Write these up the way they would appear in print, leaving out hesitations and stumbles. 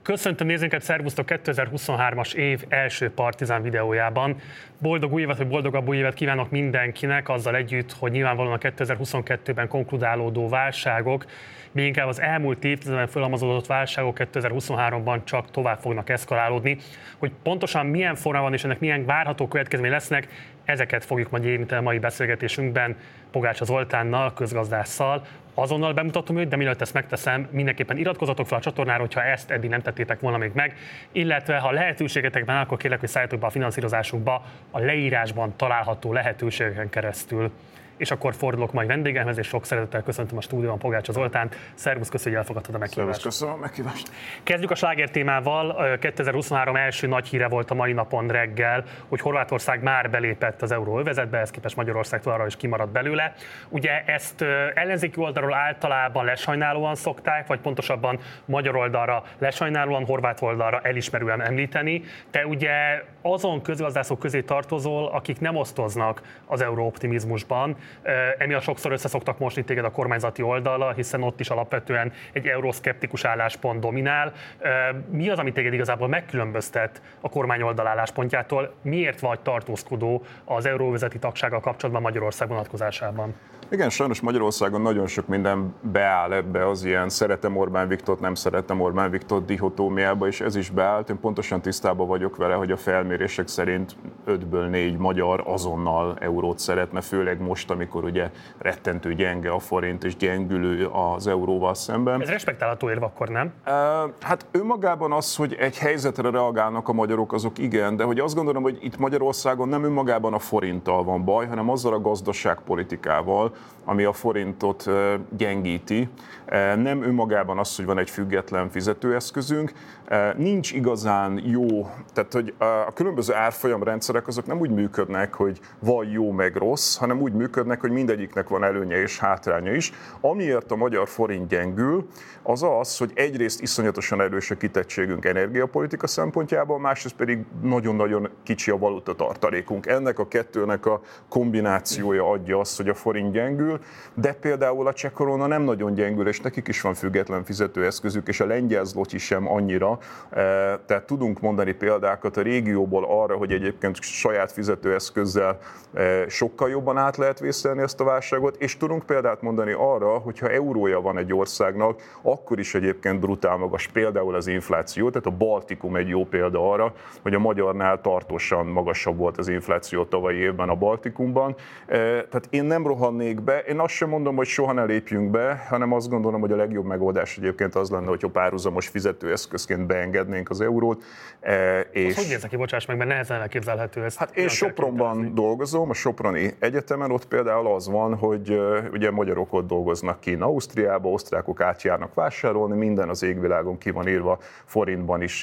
Köszöntöm nézőinket, szervusztok 2023-as év első Partizán videójában. Boldog új évet, vagy boldogabb új évet kívánok mindenkinek, azzal együtt, hogy nyilvánvalóan a 2022-ben konkludálódó válságok, még inkább az elmúlt évtizedben fölhalmozódott válságok 2023-ban csak tovább fognak eszkalálódni. Hogy pontosan milyen formában és ennek milyen várható következményei lesznek, ezeket fogjuk majd érinteni a mai beszélgetésünkben Pogácsa Zoltánnal, közgazdásszal. Azonnal bemutatom őt, de mielőtt ezt megteszem, mindenképpen iratkozzatok fel a csatornára, hogyha ezt eddig nem tettétek volna még meg, illetve ha lehetőségetekben, akkor kérlek, hogy szálljatok be a finanszírozásunkba a leírásban található lehetőségeken keresztül. És akkor fordulok majd vendégemhez, és sok szeretettel köszöntöm a stúdióban Pogácsa Zoltánt. Szervusz, köszönjük, hogy elfogadtad a meghívást. Köszönöm a meghívást. Kezdjük a sláger témával. 2023 első nagy híre volt a mai napon reggel, hogy Horvátország már belépett az euróövezetbe, ehhez képest Magyarország továbbra is kimaradt belőle. Ugye ezt ellenzéki oldalról általában lesajnálóan szokták, vagy pontosabban magyar oldalra lesajnálóan, horvát oldalra elismerően említeni. Te ugye azon közgazdászok közé tartozol, akik nem osztoznak az euróoptimizmusban. Emiatt sokszor összeszoktak mosni téged a kormányzati oldallal, hiszen ott is alapvetően egy euroszkeptikus álláspont dominál. Mi az, ami téged igazából megkülönböztet a kormány oldal álláspontjától? Miért vagy tartózkodó az euróövezeti tagsággal kapcsolatban Magyarország vonatkozásában? Igen, sajnos Magyarországon nagyon sok minden beáll ebbe az ilyen szeretem Orbán Viktort, nem szeretem Orbán Viktort dihotómiába, és ez is beállt. Én pontosan tisztában vagyok vele, hogy a felmérések szerint 5-ből 4 magyar azonnal eurót szeretne, főleg most, amikor ugye rettentő gyenge a forint és gyengülő az euróval szemben. Ez respektálható érv akkor, nem? Hát önmagában az, hogy egy helyzetre reagálnak a magyarok, azok igen, de hogy azt gondolom, hogy itt Magyarországon nem önmagában a forinttal van baj, hanem azzal a gazdaságpolitikával, ami a forintot gyengíti. Nem önmagában az, hogy van egy független fizetőeszközünk, nincs igazán jó, tehát hogy a különböző árfolyamrendszerek azok nem úgy működnek, hogy van jó meg rossz, hanem úgy működnek, hogy mindegyiknek van előnye és hátránya is. Amiért a magyar forint gyengül, az az, hogy egyrészt iszonyatosan erős a kitettségünk energiapolitika szempontjából, másrészt pedig nagyon-nagyon kicsi a valuta tartalékunk. Ennek a kettőnek a kombinációja adja azt, hogy a forint gyengül, de például a cseh korona nem nagyon gyengül, és nekik is van független fizetőeszközük, és a lengyel zloty sem annyira. Tehát tudunk mondani példákat a régióból arra, hogy egyébként saját fizetőeszközzel sokkal jobban át lehet vészelni ezt a válságot, és tudunk példát mondani arra, hogy ha eurója van egy országnak, akkor is egyébként brutál magas például az infláció, tehát a Baltikum egy jó példa arra, hogy a magyarnál tartósan magasabb volt az infláció tavalyi évben a Baltikumban. Tehát én nem rohannék be, én azt sem mondom, hogy soha ne lépjünk be, hanem azt gondolom, hogy a legjobb megoldás egyébként az lenne, hogyha párhuzamos fizetőeszközként beengednénk az eurót. És... Hogy néz ki, bocsáss meg, mert nehezen elképzelhető ez. Hát én Sopronban dolgozom, a Soproni Egyetemen, ott például az van, hogy ugye magyarok ott dolgoznak kint Ausztriába, osztrákok átjárnak vásárolni, minden az égvilágon ki van írva forintban is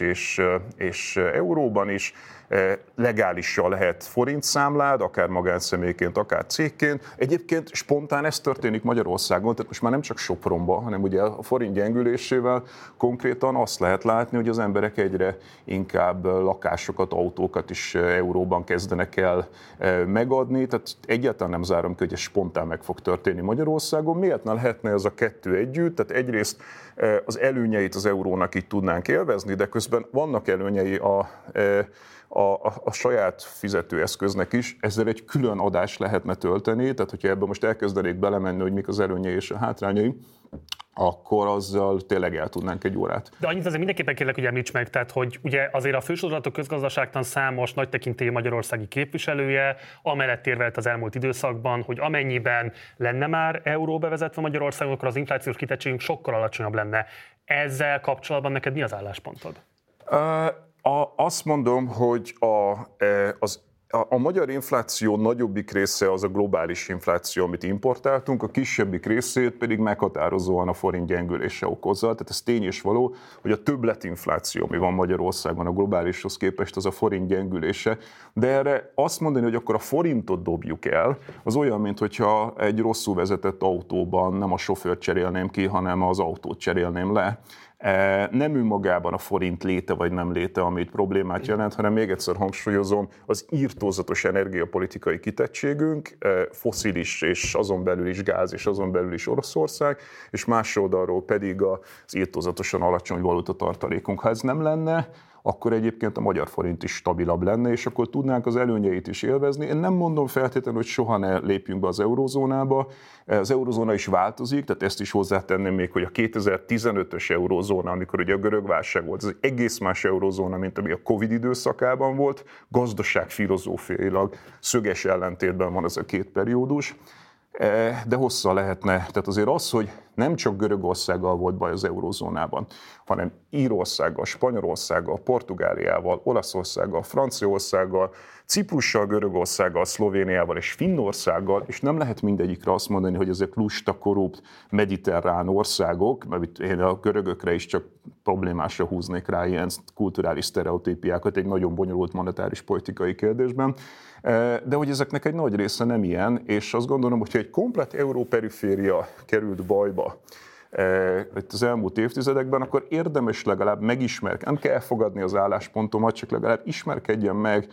és euróban is. Legálisan lehet forintszámlád, akár magánszemélyként, akár cégként. Egyébként spontán ez történik Magyarországon, tehát most már nem csak Sopronban, hanem ugye a forint gyengülésével konkrétan azt lehet látni, hogy az emberek egyre inkább lakásokat, autókat is euróban kezdenek el megadni, tehát egyáltalán nem zárom ki, hogy ez spontán meg fog történni Magyarországon. Miért ne lehetne ez a kettő együtt? Tehát egyrészt az előnyeit az eurónak így tudnánk élvezni, de közben vannak előnyei a saját fizetőeszköznek is, ezzel egy külön adást lehetne tölteni, tehát hogyha ebben most elkezdenék belemenni, hogy mik az előnyei és a hátrányai, akkor azzal tényleg el tudnánk egy órát. De annyit azért mindenképpen kérlek, hogy említs meg, tehát hogy ugye azért a fősorozatok közgazdaságtan számos nagy tekintélyű magyarországi képviselője amellett érvelt az elmúlt időszakban, hogy amennyiben lenne már euró bevezetve Magyarországon, akkor az inflációs kitettségünk sokkal alacsonyabb lenne. Ezzel kapcsolatban neked mi az álláspontod? Azt mondom, hogy a magyar infláció nagyobbik része az a globális infláció, amit importáltunk, a kisebbik részét pedig meghatározóan a forint gyengülése okozza. Tehát ez tény és való, hogy a többletinfláció, ami van Magyarországon a globálishoz képest, az a forint gyengülése. De erre azt mondani, hogy akkor a forintot dobjuk el, az olyan, mintha egy rosszul vezetett autóban nem a sofőrt cserélném ki, hanem az autót cserélném le. Nem önmagában a forint léte vagy nem léte, amit problémát jelent, hanem még egyszer hangsúlyozom, az írtózatos energiapolitikai kitettségünk, fosszilis és azon belül is gáz és azon belül is Oroszország, és más oldalról pedig az írtózatosan alacsony valutatartalékunk. Ha ez nem lenne, akkor egyébként a magyar forint is stabilabb lenne, és akkor tudnánk az előnyeit is élvezni. Én nem mondom feltétlenül, hogy soha ne lépjünk be az eurózónába. Az eurózóna is változik, tehát ezt is hozzátenném még, hogy a 2015-ös eurózóna, amikor ugye a görög válság volt, ez egy egész más eurózóna, mint ami a Covid időszakában volt. Gazdaságfilozófiailag szöges ellentétben van ez a két periódus. De hossza lehetne. Tehát azért az, hogy nem csak Görögországgal volt baj az eurózónában, hanem Írországgal, Spanyolországgal, Portugáliával, Olaszországgal, Franciaországgal, Ciprussal, Görögországgal, Szlovéniával és Finnországgal, és nem lehet mindegyikre azt mondani, hogy ezek lusta, korrupt, mediterrán országok, mert én a görögökre is csak problémásra húznék rá ilyen kulturális sztereotípiákat egy nagyon bonyolult monetáris politikai kérdésben, de hogy ezeknek egy nagy része nem ilyen, és azt gondolom, hogyha egy komplett európeriféria került bajba az elmúlt évtizedekben, akkor érdemes legalább megismerkedni, nem kell elfogadni az álláspontomat, csak legalább ismerkedjen meg,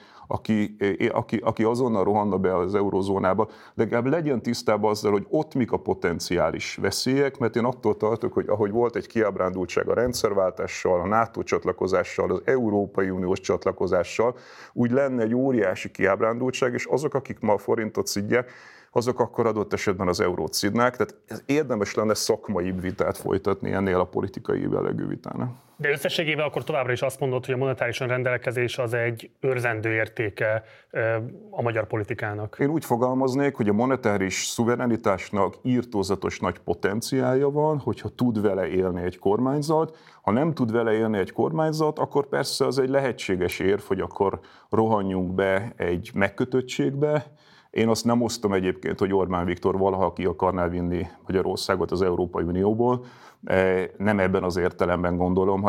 aki azonnal rohanna be az eurózónába, legalább legyen tisztában azzal, hogy ott mik a potenciális veszélyek, mert én attól tartok, hogy ahogy volt egy kiábrándultság a rendszerváltással, a NATO csatlakozással, az Európai Uniós csatlakozással, úgy lenne egy óriási kiábrándultság, és azok, akik ma a forintot szidják, azok akkor adott esetben az eurót szidnák, tehát érdemes lenne szakmaibb vitát folytatni ennél a politikai jellegű vitának. De összességében akkor továbbra is azt mondod, hogy a monetáris önrendelkezés az egy őrzendő értéke a magyar politikának. Én úgy fogalmaznék, hogy a monetáris szuverenitásnak írtózatos nagy potenciálja van, hogyha tud vele élni egy kormányzat. Ha nem tud vele élni egy kormányzat, akkor persze az egy lehetséges érv, hogy akkor rohanjunk be egy megkötöttségbe. Én azt nem osztom egyébként, hogy Orbán Viktor valaha ki akarná vinni Magyarországot az Európai Unióból. Nem ebben az értelemben gondolom,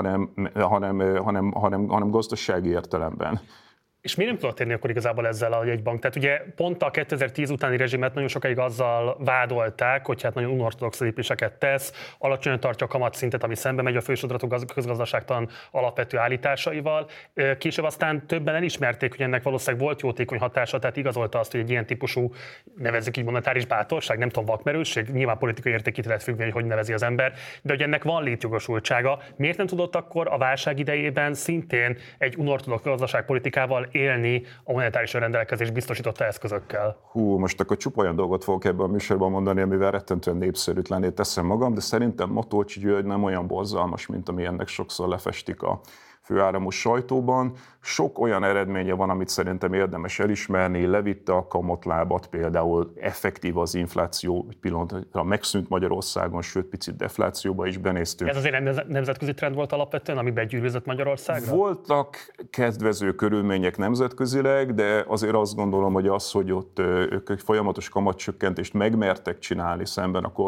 hanem gazdasági értelemben. És mi nem tudott érni akkor igazából ezzel a jegybank? Tehát ugye pont a 2010 utáni rezsimet nagyon sokáig azzal vádolták, hogy hát nagyon unortodox lépéseket tesz, alacsonyan tartja a kamatszintet, ami szembe megy a fősodratú közgazdaságtalan alapvető állításaival. Később aztán többen elismerték, hogy ennek valószínűleg volt jótékony hatása, tehát igazolta azt, hogy egy ilyen típusú, nevezzük így monetáris bátorság, nem tudom, vakmerősség, nyilván politikai értékítélet függvény, hogy nevezi az ember, de hogy ennek van létjogosultsága. Miért nem tudott akkor a válság idejében szintén egy unortodox gazdaságpolitikával élni a monetáris önrendelkezés biztosította eszközökkel? Most akkor csupa olyan dolgot fogok ebben a műsorban mondani, amivel rettentően népszerűtlenné teszem magam, de szerintem Matolcsy György nem olyan borzalmas, mint ami ennek sokszor lefestik a főáramú sajtóban. Sok olyan eredménye van, amit szerintem érdemes elismerni, levitte a kamatlábat, például effektív az infláció, egy pillanatra megszűnt Magyarországon, sőt picit deflációba is benéztünk. Ez azért nemzetközi trend volt alapvetően, ami begyűrűzött Magyarországra? Voltak kedvező körülmények nemzetközileg, de azért azt gondolom, hogy az, hogy ott ők egy folyamatos kamatcsökkentést megmertek csinálni szemben a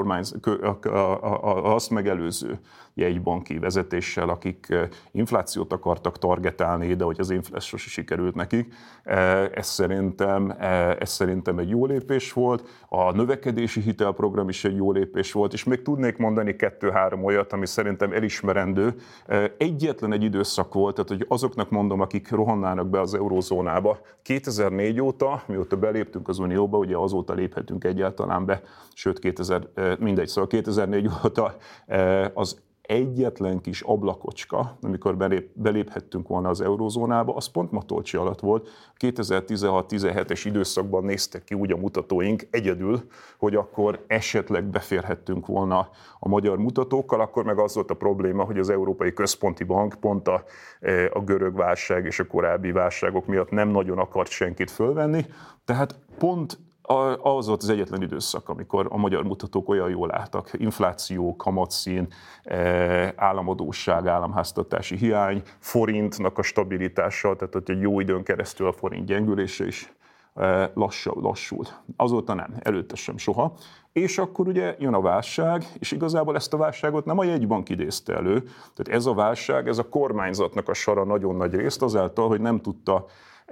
azt megelőző jegybanki vezetéssel, akik inflációt akartak targetálni, de hogy az infláció sikerült nekik. Ez szerintem egy jó lépés volt. A növekedési hitelprogram is egy jó lépés volt, és még tudnék mondani 2-3 olyat, ami szerintem elismerendő. Egyetlen egy időszak volt, tehát hogy azoknak mondom, akik rohannának be az eurózónába. 2004 óta, mióta beléptünk az Unióba, ugye azóta léphetünk egyáltalán be, sőt 2004 óta az egyetlen kis ablakocska, amikor beléphettünk volna az eurózónába, az pont Matolcsy alatt volt. 2016-17-es időszakban néztek ki úgy a mutatóink egyedül, hogy akkor esetleg beférhettünk volna a magyar mutatókkal, akkor meg az volt a probléma, hogy az Európai Központi Bank pont a görög válság és a korábbi válságok miatt nem nagyon akart senkit fölvenni, tehát pont az volt az egyetlen időszak, amikor a magyar mutatók olyan jól álltak. Infláció, kamatszín, államadósság, államháztartási hiány, forintnak a stabilitása, tehát hogy egy jó időn keresztül a forint gyengülése is lassult. Azóta nem, előtte sem soha. És akkor ugye jön a válság, és igazából ezt a válságot nem a jegybank idézte elő. Tehát ez a válság, ez a kormányzatnak a sara nagyon nagy részt azáltal, hogy nem tudta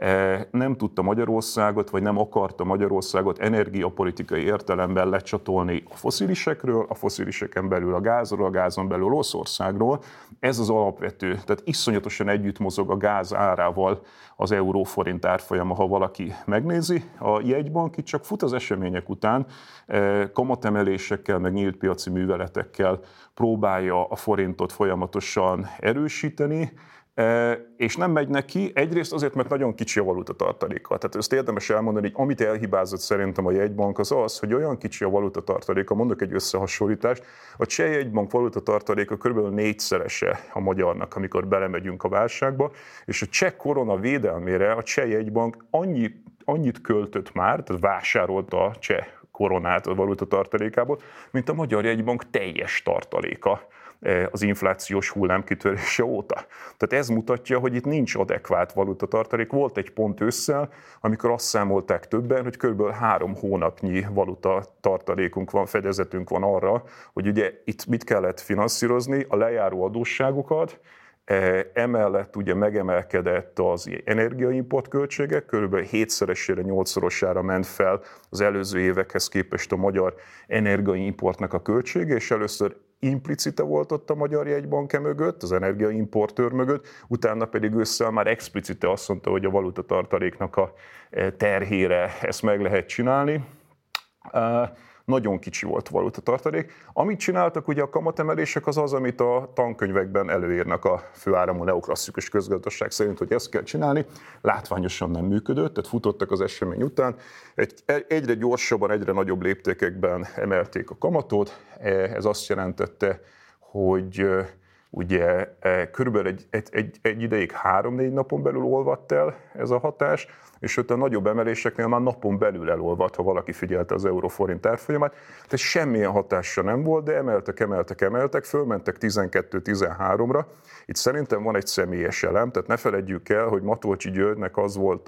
nem tudta Magyarországot, vagy nem akarta Magyarországot energiapolitikai értelemben lecsatolni a fosszilisekről, a fossziliseken belül a gázról, a gázon belül Oroszországról. Ez az alapvető, tehát iszonyatosan együtt mozog a gáz árával az euró-forint árfolyama, ha valaki megnézi. A jegybank itt csak fut az események után, kamatemelésekkel, meg nyílt piaci műveletekkel próbálja a forintot folyamatosan erősíteni, és nem megy neki, egyrészt azért, mert nagyon kicsi a valutatartaléka. Tehát ezt érdemes elmondani, hogy amit elhibázott szerintem a jegybank az az, hogy olyan kicsi a valutatartaléka, mondok egy összehasonlítást, a cseh jegybank valutatartaléka kb. 4-szerese a magyarnak, amikor belemegyünk a válságba, és a cseh korona védelmére a cseh jegybank annyit költött már, tehát vásárolta a cseh koronát a valutatartalékából, mint a magyar jegybank teljes tartaléka az inflációs hullám kitörése óta. Tehát ez mutatja, hogy itt nincs adekvát valutatartalék. Volt egy pont ősszel, amikor azt számolták többen, hogy kb. 3 hónapnyi valutatartalékunk van, fedezetünk van arra, hogy ugye itt mit kellett finanszírozni, a lejáró adósságokat, emellett ugye megemelkedett az energiaimport költségek, kb. 7-szeresére, 8-szorosára ment fel az előző évekhez képest a magyar energiaimportnak a költsége, és először implicite volt ott a magyar jegybank mögött, az energiaimportőr mögött, utána pedig ősszel már explicite azt mondta, hogy a valutatartaléknak a terhére ezt meg lehet csinálni. Nagyon kicsi volt valutatartalék. Amit csináltak, ugye a kamatemelések az, amit a tankönyvekben előírnak a főáramú neoklasszikus közgazdaság szerint, hogy ezt kell csinálni. Látványosan nem működött, tehát futottak az esemény után. Egyre gyorsabban, egyre nagyobb léptékekben emelték a kamatot. Ez azt jelentette, hogy ugye körülbelül egy ideig 3-4 napon belül olvadt el ez a hatás, és ott a nagyobb emeléseknél már napon belül elolvadt, ha valaki figyelte az euró-forint árfolyamát. Tehát semmilyen hatása nem volt, de emeltek, fölmentek 12-13-ra. Itt szerintem van egy személyes elem, tehát ne feledjük el, hogy Matolcsy Györgynek az volt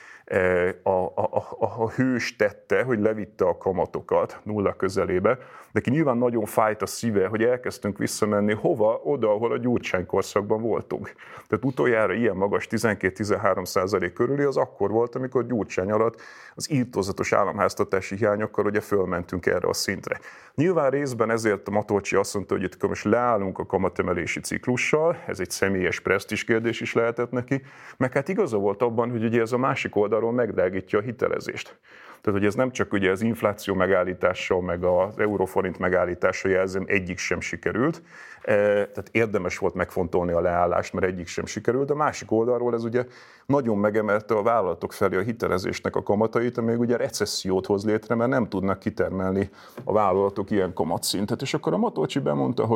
a hős tette, hogy levitte a kamatokat nulla közelébe. Neki nyilván nagyon fájt a szíve, hogy elkezdtünk visszamenni hova? Oda, ahol a Gyurcsány korszakban voltunk. Tehát utoljára ilyen magas 12-13% körüli az akkor volt, amikor Gyurcsány alatt az írtózatos államháztartási hiányokkal ugye fölmentünk erre a szintre. Nyilván részben ezért a Matolcsy azt mondta, hogy itt most leállunk a kamatemelési ciklussal, ez egy személyes presztízs kérdés is lehetett neki, meg hát igaza volt abban, hogy ugye ez a másik oldalról megdrágítja a hitelezést. Tehát, hogy ez nem csak ugye az infláció megállítása, meg az euróforint megállítása, jelzem, egyik sem sikerült. Tehát érdemes volt megfontolni a leállást, mert egyik sem sikerült. A másik oldalról ez ugye nagyon megemelte a vállalatok felé a hitelezésnek a kamatait, amíg ugye recessziót hoz létre, mert nem tudnak kitermelni a vállalatok ilyen kamatszintet. És akkor a Matolcsy bemondta,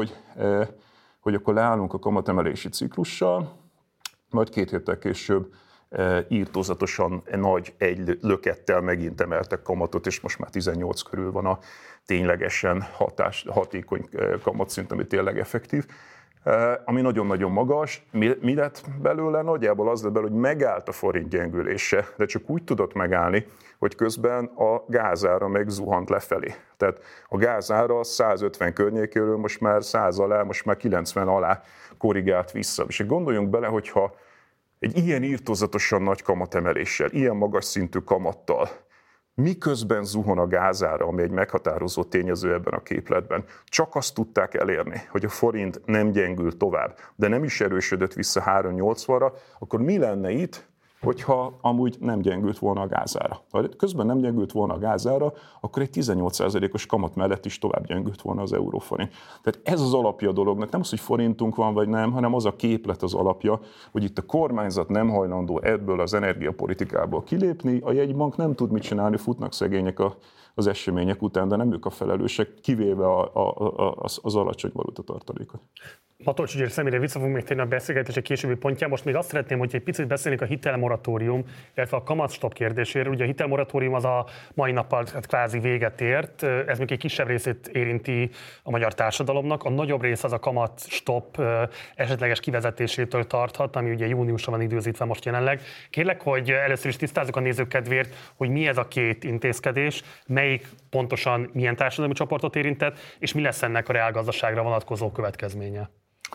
hogy akkor leállunk a kamatemelési ciklussal, majd 2 héttel később írtózatosan nagy egy lökettel megint emeltek kamatot, és most már 18 körül van a ténylegesen hatékony kamatszint, ami tényleg effektív, ami nagyon-nagyon magas. Mi lett belőle? Nagyjából az lett belőle, hogy megállt a forint gyengülése, de csak úgy tudott megállni, hogy közben a gázára megzuhant lefelé. Tehát a gázára 150 környékéről most már 100 alá, most már 90 alá korrigált vissza. És gondoljunk bele, hogyha egy ilyen írtózatosan nagy kamatemeléssel, ilyen magas szintű kamattal, miközben zuhon a gázára, ami egy meghatározó tényező ebben a képletben, csak azt tudták elérni, hogy a forint nem gyengül tovább, de nem is erősödött vissza 3,80-ra, akkor mi lenne itt, hogyha amúgy nem gyengült volna a gázára. Ha közben nem gyengült volna a gázára, akkor egy 18%-os kamat mellett is tovább gyengült volna az euróforint. Tehát ez az alapja a dolognak, nem az, hogy forintunk van vagy nem, hanem az a képlet az alapja, hogy itt a kormányzat nem hajlandó ebből az energiapolitikából kilépni, a jegybank nem tud mit csinálni, futnak szegények az események után, de nem ők a felelősek, kivéve az alacsony valutatartalékot. Matolcsy György személyre vissza fogunk még térni a beszélgetések későbbi pontján. Most még azt szeretném, hogy egy picit beszélnék a hitelmoratórium, illetve a kamatstop kérdéséről. Ugye a hitelmoratórium az a mai nappal kvázi véget ért, ez még egy kisebb részét érinti a magyar társadalomnak. A nagyobb rész az a kamatstop esetleges kivezetésétől tarthat, ami ugye júniusra van időzítve most jelenleg. Kérlek, hogy először is tisztázzuk a nézők kedvéért, hogy mi ez a 2 intézkedés, melyik pontosan milyen társadalmi csoportot érintett, és mi lesz ennek a reálgazdaságra vonatkozó következménye.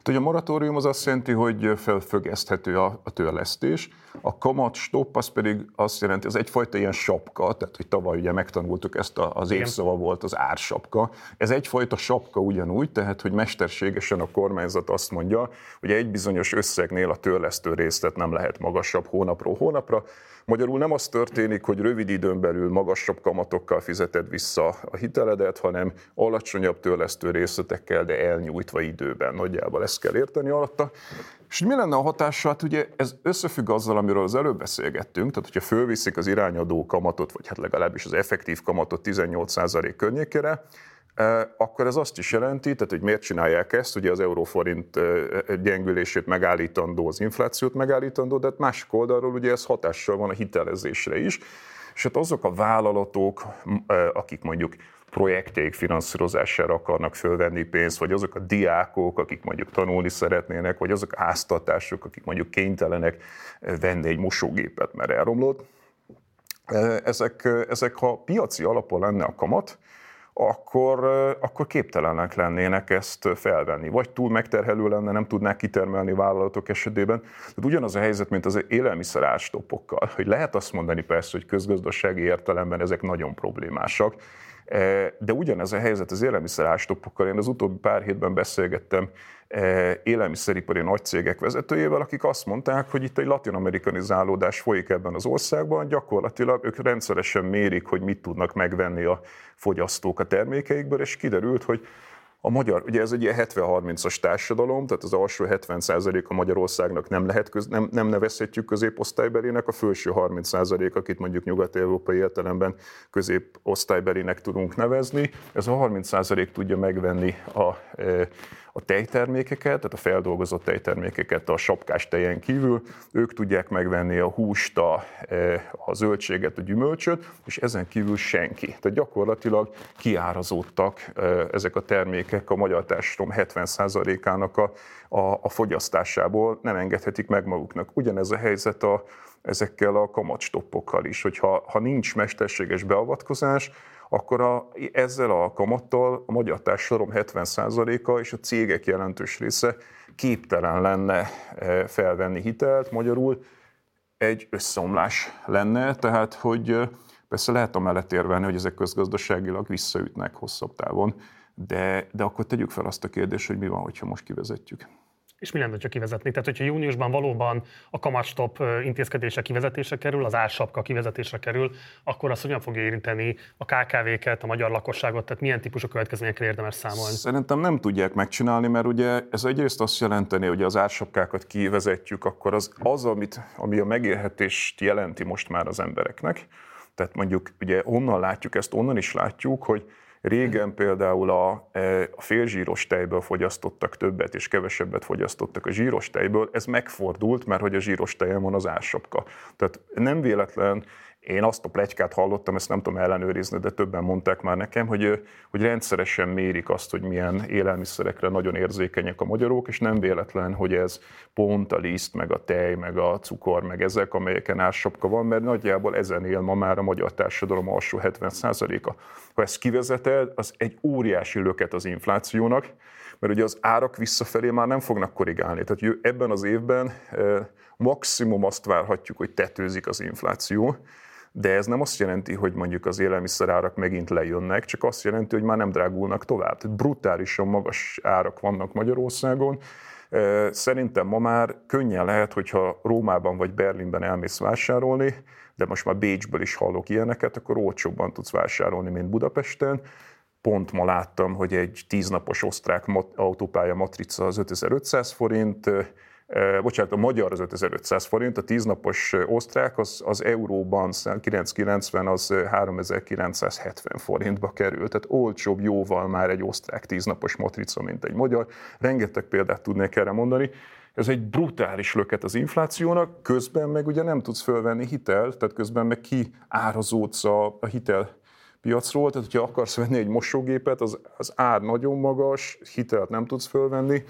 A moratórium az azt jelenti, hogy felfüggeszthető a törlesztés, a kamat stop az pedig azt jelenti, ez egyfajta ilyen sapka, tehát hogy tavaly ugye megtanultuk ezt az évszava volt az ársapka. Ez egyfajta sapka ugyanúgy, tehát hogy mesterségesen a kormányzat azt mondja, hogy egy bizonyos összegnél a törlesztő részlet nem lehet magasabb hónapról hónapra. Magyarul nem az történik, hogy rövid időn belül magasabb kamatokkal fizeted vissza a hiteledet, hanem alacsonyabb törlesztő részletekkel, de elnyújtva időben. Nagyjából ezt kell érteni alatta. És mi lenne a hatása? Hát ugye ez összefügg azzal, amiről az előbb beszélgettünk, tehát hogyha fölviszik az irányadó kamatot, vagy hát legalábbis az effektív kamatot 18% környékére, akkor ez azt is jelenti, tehát hogy miért csinálják ezt, ugye az euróforint gyengülését megállítandó, az inflációt megállítandó, de hát másik oldalról ugye ez hatással van a hitelezésre is, és hát azok a vállalatok, akik mondjuk projektjeik finanszírozására akarnak fölvenni pénzt, vagy azok a diákok, akik mondjuk tanulni szeretnének, vagy azok a háztartások, akik mondjuk kénytelenek venni egy mosógépet, mert elromlott, ezek ha piaci alapon lenne a kamat, akkor képtelenek lennének ezt felvenni. Vagy túl megterhelő lenne, nem tudnák kitermelni vállalatok esetében. Tehát ugyanaz a helyzet, mint az élelmiszer árstoppokkal, hogy lehet azt mondani persze, hogy közgazdasági értelemben ezek nagyon problémásak, de ugyanez a helyzet az élelmiszer árstoppokkal. Én az utóbbi pár hétben beszélgettem élelmiszeripari nagycégek vezetőjével, akik azt mondták, hogy itt egy latin-amerikanizálódás folyik ebben az országban, gyakorlatilag ők rendszeresen mérik, hogy mit tudnak megvenni a fogyasztók a termékeikből, és kiderült, hogy a magyar, ugye ez egy ilyen 70-30-as társadalom, tehát az alsó 70% a Magyarországnak nem nevezhetjük középosztálybelinek, a felső 30%, akit mondjuk nyugat-európai értelemben középosztálybelinek tudunk nevezni. Ez a 30% tudja megvenni a tejtermékeket, tehát a feldolgozott tejtermékeket a sapkás tejen kívül, ők tudják megvenni a húst, a zöldséget, a gyümölcsöt, és ezen kívül senki. Tehát gyakorlatilag kiárazódtak ezek a termékek a magyar társadalom 70%-ának a fogyasztásából, nem engedhetik meg maguknak. Ugyanez a helyzet ezekkel a kamatstoppokkal is, hogyha nincs mesterséges beavatkozás, akkor ezzel a kamattal a magyar társadalom 70%-a és a cégek jelentős része képtelen lenne felvenni hitelt, magyarul egy összeomlás lenne, tehát hogy persze lehet amellett érvelni, hogy ezek közgazdaságilag visszaütnek hosszabb távon, de akkor tegyük fel azt a kérdést, hogy mi van, hogyha most kivezetjük. És mi lenne, ha kivezetnék? Tehát, hogyha júniusban valóban a kamatstop intézkedése kivezetésre kerül, az ársapka kivezetésre kerül, akkor azt hogyan fogja érinteni a KKV-ket, a magyar lakosságot, tehát milyen típusú következményekkel érdemes számolni? Szerintem nem tudják megcsinálni, mert ugye ez egyrészt azt jelenteni, hogy az ársapkákat kivezetjük, akkor ami a megélhetést jelenti most már az embereknek. Tehát mondjuk ugye onnan is látjuk, hogy régen például a félzsíros tejből fogyasztottak többet és kevesebbet fogyasztottak a zsíros tejből, ez megfordult, mert hogy a zsíros tejen van az ársapka. Tehát nem véletlen, én azt a pletykát hallottam, ezt nem tudom ellenőrizni, de többen mondták már nekem, hogy rendszeresen mérik azt, hogy milyen élelmiszerekre nagyon érzékenyek a magyarok, és nem véletlen, hogy ez pont a liszt, meg a tej, meg a cukor, meg ezek, amelyeken ársapka van, mert nagyjából ezen él ma már a magyar társadalom alsó 70%-a. Ha ezt kivezeted, az egy óriási löket az inflációnak, mert ugye az árak visszafelé már nem fognak korrigálni. Tehát ebben az évben maximum azt várhatjuk, hogy tetőzik az infláció, de ez nem azt jelenti, hogy mondjuk az élelmiszerárak megint lejönnek, csak azt jelenti, hogy már nem drágulnak tovább. Tehát brutálisan magas árak vannak Magyarországon. Szerintem ma már könnyen lehet, hogyha Rómában vagy Berlinben elmész vásárolni, de most már Bécsből is hallok ilyeneket, akkor olcsóbban tudsz vásárolni, mint Budapesten. Pont ma láttam, hogy egy 10 napos osztrák autópálya matrica az 5500 forint, a magyar az 5500 forint, a 10 napos osztrák az euróban 990 az 3970 forintba kerül. Tehát olcsóbb jóval már egy osztrák 10 napos matrica, mint egy magyar. Rengeteg példát tudnék erre mondani. Ez egy brutális löket az inflációnak, közben meg ugye nem tudsz fölvenni hitelt, tehát közben meg kiárazódsz a hitelpiacról, tehát hogyha akarsz venni egy mosógépet, az ár nagyon magas, hitelt nem tudsz fölvenni,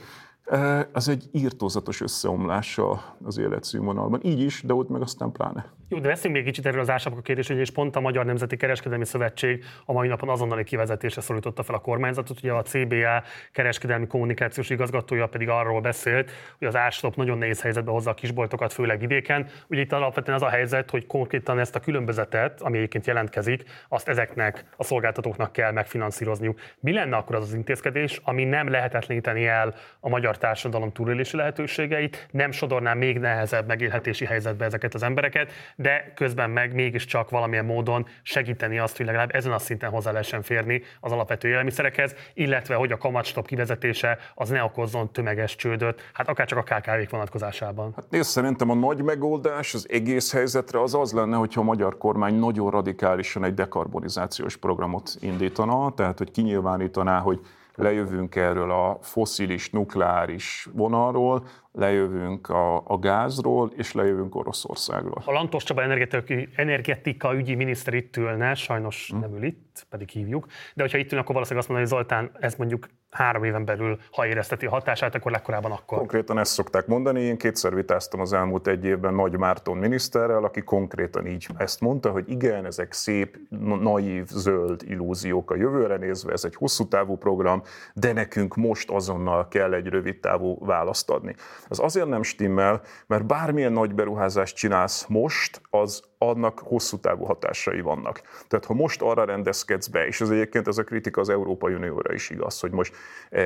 Az egy irtózatos összeomlása az életszínvonalban. Így is, de ott meg aztán pláne. Jó, de beszéljünk még kicsit erről az ársapka kérdésről, és pont a Magyar Nemzeti Kereskedelmi Szövetség a mai napon azonnali kivezetésre szólította fel a kormányzatot. Ugye a CBA kereskedelmi kommunikációs igazgatója pedig arról beszélt, hogy az árstop nagyon nehéz helyzetbe hozza a kisboltokat, főleg vidéken. Ugye itt alapvetően az a helyzet, hogy konkrétan ezt a különbözetet, ami egyébként jelentkezik, azt ezeknek a szolgáltatóknak kell megfinanszírozniuk. Mi lenne akkor az az intézkedés, ami nem lehetetleníteni el a magyar társadalom túlélési lehetőségeit, nem sodorná még nehezebb megélhetési helyzetbe ezeket az embereket, de közben meg mégiscsak valamilyen módon segíteni azt, hogy legalább ezen a szinten hozzá lehessen férni az alapvető élelmiszerekhez, illetve hogy a kamatstop kivezetése az ne okozzon tömeges csődöt, hát akár csak a KKV-k vonatkozásában. Hát nézd, szerintem a nagy megoldás az egész helyzetre az lenne, hogyha a magyar kormány nagyon radikálisan egy dekarbonizációs programot indítana, tehát hogy kinyilvánítaná, hogy lejövünk erről a fosszilis, nukleáris vonalról, lejövünk a gázról, és lejövünk Oroszországról. Ha Lantos Csaba energetika ügyi miniszter itt ülne, sajnos nem ül itt, pedig hívjuk, de hogyha itt ül, akkor valószínűleg azt mondani, hogy Zoltán, ez mondjuk 3 éven belül, ha érezteti a hatását, akkor legkorábban akkor. Konkrétan ezt szokták mondani, én 2-szer vitáztam az elmúlt 1 évben Nagy Márton miniszterrel, aki konkrétan így ezt mondta, hogy igen, ezek szép, naív, zöld illúziók a jövőre nézve, ez egy hosszú távú program, de nekünk most azonnal kell egy rövid távú választ adni. Az azért nem stimmel, mert bármilyen nagy beruházást csinálsz most, az annak hosszú távú hatásai vannak. Tehát ha most arra rendezkedsz be, és ez egyébként ez a kritika az Európai Unióra is igaz, hogy most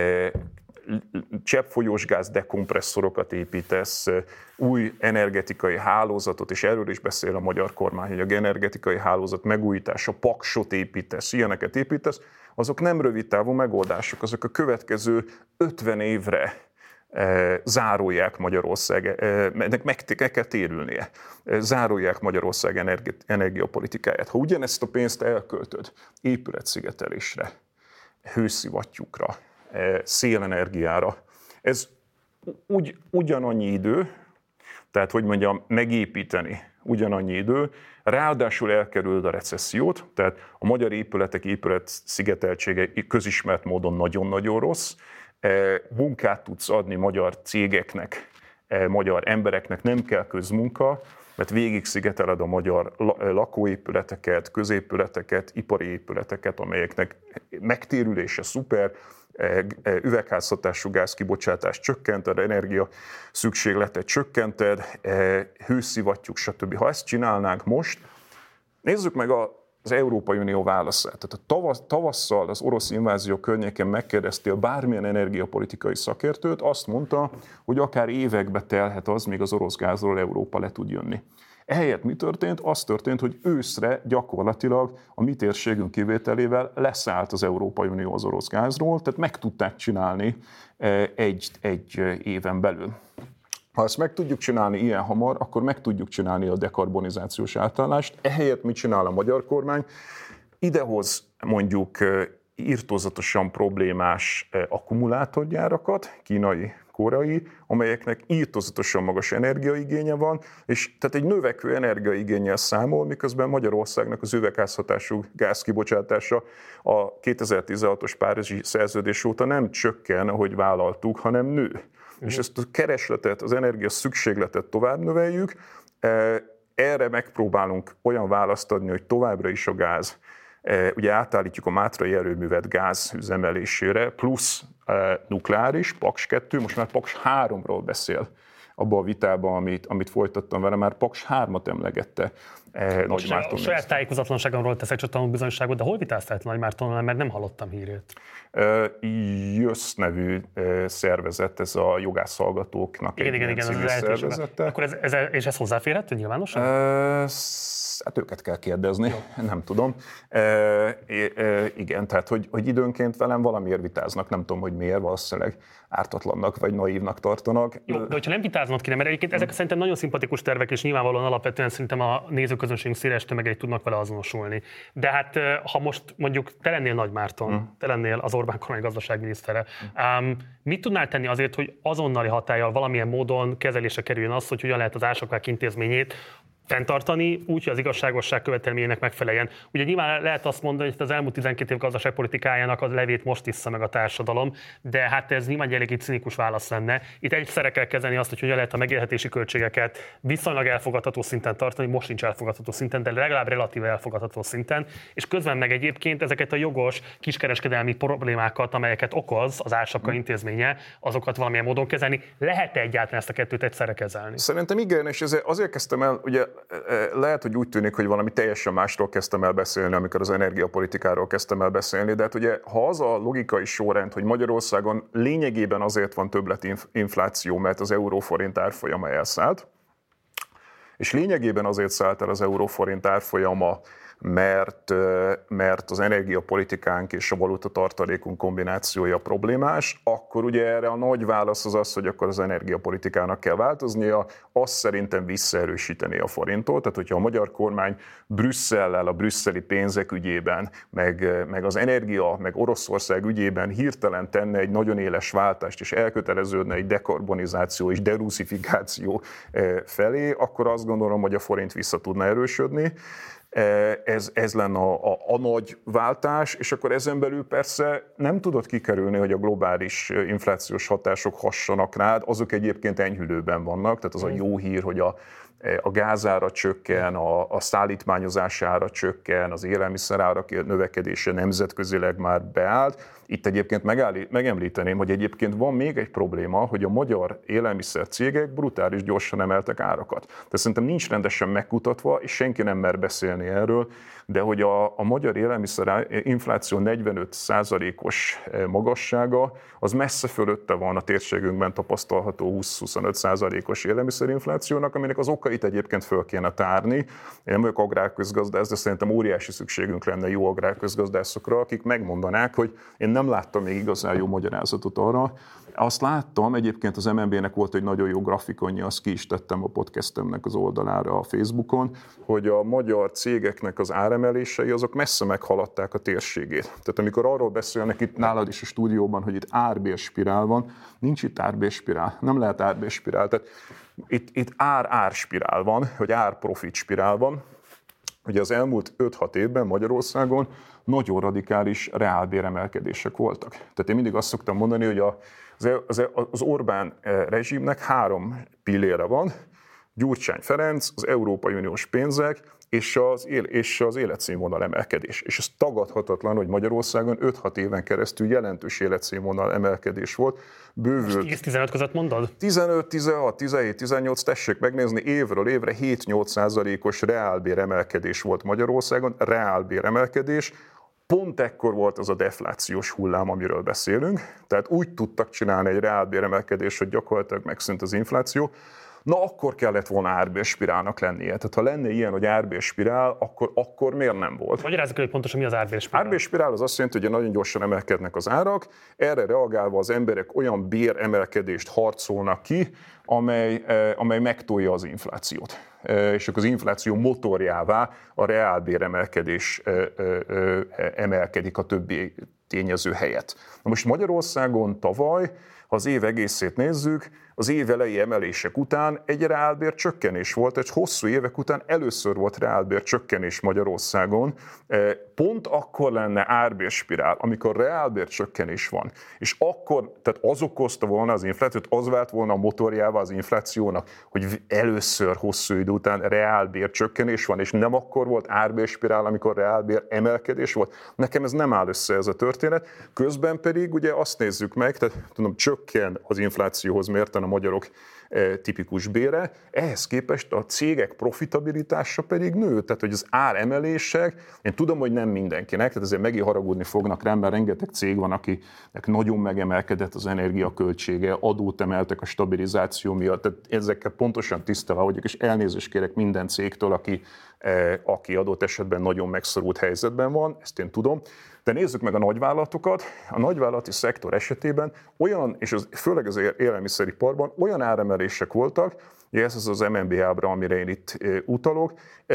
cseppfolyós gáz dekompresszorokat építesz, új energetikai hálózatot, és erről is beszél a magyar kormány, hogy a energetikai hálózat megújítása, paksot építesz, ilyeneket építesz, azok nem rövid távú megoldások, azok a következő 50 évre zárolják Magyarország, meg kell térülnie, zárolják Magyarország energiapolitikáját. Ha ugyanezt a pénzt elköltöd épületszigetelésre, hőszivattyúkra, szélenergiára, ez ugyanannyi idő, tehát hogy mondjam, megépíteni ugyanannyi idő, ráadásul elkerüld a recessziót, tehát a magyar épületek épületszigeteltsége közismert módon nagyon-nagyon rossz, munkát tudsz adni magyar cégeknek, magyar embereknek, nem kell közmunka, mert végig szigeteled a magyar lakóépületeket, középületeket, ipari épületeket, amelyeknek megtérülése szuper, üvegházhatású gázkibocsátás csökkented, energia szükségletet csökkented, hőszivattyúk, stb. Ha ezt csinálnánk most, nézzük meg az Európai Unió válaszát. Tehát a tavasszal az orosz invázió környéken megkérdeztél bármilyen energiapolitikai szakértőt, azt mondta, hogy akár évekbe telhet az, míg az orosz gázról Európa le tud jönni. Ehelyett mi történt? Az történt, hogy őszre gyakorlatilag a mi térségünk kivételével leszállt az Európai Unió az orosz gázról, tehát meg tudták csinálni egy éven belül. Ha ezt meg tudjuk csinálni ilyen hamar, akkor meg tudjuk csinálni a dekarbonizációs átállást. Ehelyett mit csinál a magyar kormány? Idehoz mondjuk irtózatosan problémás akkumulátorgyárakat, kínai, koreai, amelyeknek irtózatosan magas energiaigénye van, és tehát egy növekvő energiaigénnyel számol, miközben Magyarországnak az üvegházhatású gázkibocsátása a 2016-os Párizsi szerződés óta nem csökken, ahogy vállaltuk, hanem nő. És ezt a keresletet, az energia szükségletet tovább növeljük, erre megpróbálunk olyan választ adni, hogy továbbra is a gáz, ugye átállítjuk a mátrai erőművet gáz üzemelésére, plusz nukleáris, Paks 2, most már Paks 3-ról beszél abban a vitában, amit folytattam vele, már Paks 3-at emlegette Nagy Márton. A saját tájékozatlanságomról teszek csak tanúbizonyságot, de hol vitáztál Nagy Mártonnal, mert nem hallottam hírét? JÖSZ nevű szervezet, ez a jogászhallgatóknak igen, civil szervezete. Akkor és ez hozzáférhető nyilvánosan? Hát őket kell kérdezni, jó. Nem tudom. Igen, tehát hogy időnként velem valamiért vitáznak, nem tudom, hogy miért, valószínűleg ártatlannak vagy naívnak tartanak. Jó, de hogyha nem vitáznod kéne, mert egyébként ezek szerintem nagyon szimpatikus tervek, és nyilvánvalóan alapvetően szerintem a nézőközönségünk széles tömegei tudnak vele azonosulni. De hát ha most mondjuk te lennél Nagy Márton, te lennél az Orbán kormány gazdaságminisztere, mit tudnál tenni azért, hogy azonnali hatállyal valamilyen módon kezelésre kerüljön az, hogy hogyan lehet az ársapkák intézményét fenntartani, úgy, hogy az igazságosság követelményének megfeleljen. Ugye nyilván lehet azt mondani, hogy az elmúlt 12 év gazdaságpolitikájának a levét most issza meg a társadalom, de hát ez nyilván egy eléggé cinikus válasz lenne. Itt egyszerre kell kezelni azt, hogy hogyan lehet a megélhetési költségeket viszonylag elfogadható szinten tartani, most nincs elfogadható szinten, de legalább relatíve elfogadható szinten, és közben meg egyébként ezeket a jogos kiskereskedelmi problémákat, amelyeket okoz az ársapka intézménye, azokat valamilyen módon kezelni. Lehet-e egyáltalán ezt a kettőt egyszerre kezelni? Szerintem igen, és azért kezdtem el, ugye lehet, hogy úgy tűnik, hogy valami teljesen másról kezdtem el beszélni, amikor az energiapolitikáról kezdtem el beszélni, de hát ugye, ha az a logikai sorrend, hogy Magyarországon lényegében azért van többletinfláció, mert az euróforint árfolyama elszállt, és lényegében azért szállt el az euróforint árfolyama, mert az energiapolitikánk és a valutatartalékunk kombinációja problémás, akkor ugye erre a nagy válasz az, hogy akkor az energiapolitikának kell változnia, azt szerintem visszaerősíteni a forintot, tehát hogyha a magyar kormány Brüsszellel, a brüsszeli pénzek ügyében, meg az energia, meg Oroszország ügyében hirtelen tenne egy nagyon éles váltást, és elköteleződne egy dekarbonizáció és deruszifikáció felé, akkor azt gondolom, hogy a forint vissza tudna erősödni. Ez lenne a nagy váltás, és akkor ezen belül persze nem tudod kikerülni, hogy a globális inflációs hatások hassanak rád, azok egyébként enyhülőben vannak, tehát az a jó hír, hogy a gázára csökken, a szállítmányozás ára csökken, az élelmiszerárak növekedése nemzetközileg már beállt. Itt egyébként megemlíteném, hogy egyébként van még egy probléma, hogy a magyar élelmiszer cégek brutális gyorsan emeltek árakat. Tehát szerintem nincs rendesen megkutatva, és senki nem mer beszélni erről, de hogy a magyar élelmiszer infláció 45%-os magassága, az messze fölötte van a térségünkben tapasztalható 20-25%-os élelmiszerinflációnak, aminek az okait egyébként föl kéne tárni. Én nem vagyok agrárközgazdász, de szerintem óriási szükségünk lenne jó agrárközgazdászokra, akik megmondanák, hogy én nem láttam még igazán jó magyarázatot arra. Azt láttam, egyébként az MNB-nek volt egy nagyon jó grafikonja, azt ki is tettem a podcastemnek az oldalára a Facebookon, hogy a magyar cégeknek az áremelései azok messze meghaladták a térségét. Tehát amikor arról beszélnek itt nálad is a stúdióban, hogy itt árbérspirál van, nincs itt árbérspirál, nem lehet árbérspirál. Tehát itt árspirál van, vagy árprofit spirál van. Ugye az elmúlt 5-6 évben Magyarországon nagyon radikális reálbéremelkedések voltak. Tehát én mindig azt szoktam mondani, hogy az Orbán rezsimnek 3 pillére van, Gyurcsány Ferenc, az Európai Uniós pénzek és az életszínvonal emelkedés. És ez tagadhatatlan, hogy Magyarországon 5-6 éven keresztül jelentős életszínvonal emelkedés volt. Bővült. 10-15 között mondod? 15, 16, 17, 18, tessék megnézni, évről évre 7-8%-os reálbéremelkedés volt Magyarországon, reálbéremelkedés. Pont ekkor volt az a deflációs hullám, amiről beszélünk. Tehát úgy tudtak csinálni egy reálbéremelkedést, hogy gyakorlatilag megszűnt az infláció. Na, akkor kellett volna árbérspirálnak lennie. Tehát ha lenne ilyen, hogy árbérspirál, akkor miért nem volt? Magyarázzuk el, hogy pontosan mi az árbérspirál. Árbérspirál az azt jelenti, hogy nagyon gyorsan emelkednek az árak, erre reagálva az emberek olyan béremelkedést harcolnak ki, amely megtolja az inflációt. És akkor az infláció motorjává a reálbéremelkedés emelkedik a többi tényező helyett. Na most Magyarországon tavaly, ha az év egészét nézzük, az év elejé emelések után egy reálbér csökkenés volt, egy hosszú évek után először volt reálbér csökkenés Magyarországon. Pont akkor lenne árbérspirál, amikor reálbér csökkenés van. És akkor, tehát az okozta volna az inflációt, az vált volna a motorjával az inflációnak, hogy először hosszú idő után reálbér csökkenés van, és nem akkor volt árbérspirál, amikor reálbér emelkedés volt. Nekem ez nem áll össze ez a történet. Közben pedig ugye azt nézzük meg, tehát tudom, csökken az inflációhoz mérten a magyarok tipikus bére, ehhez képest a cégek profitabilitása pedig nő, tehát hogy az áremelések, én tudom, hogy nem mindenkinek, tehát ezért megint haragudni fognak rám, mert rengeteg cég van, akinek nagyon megemelkedett az energiaköltsége, adót emeltek a stabilizáció miatt, tehát ezekkel pontosan tisztában vagyok, és elnézést kérek minden cégtől, aki adott esetben nagyon megszorult helyzetben van, ezt én tudom. De nézzük meg a nagyvállalatokat. A nagyvállalati szektor esetében olyan, és főleg az élelmiszeriparban olyan áremelések voltak, Ugye ez az MNB ábra, amire én itt utalok.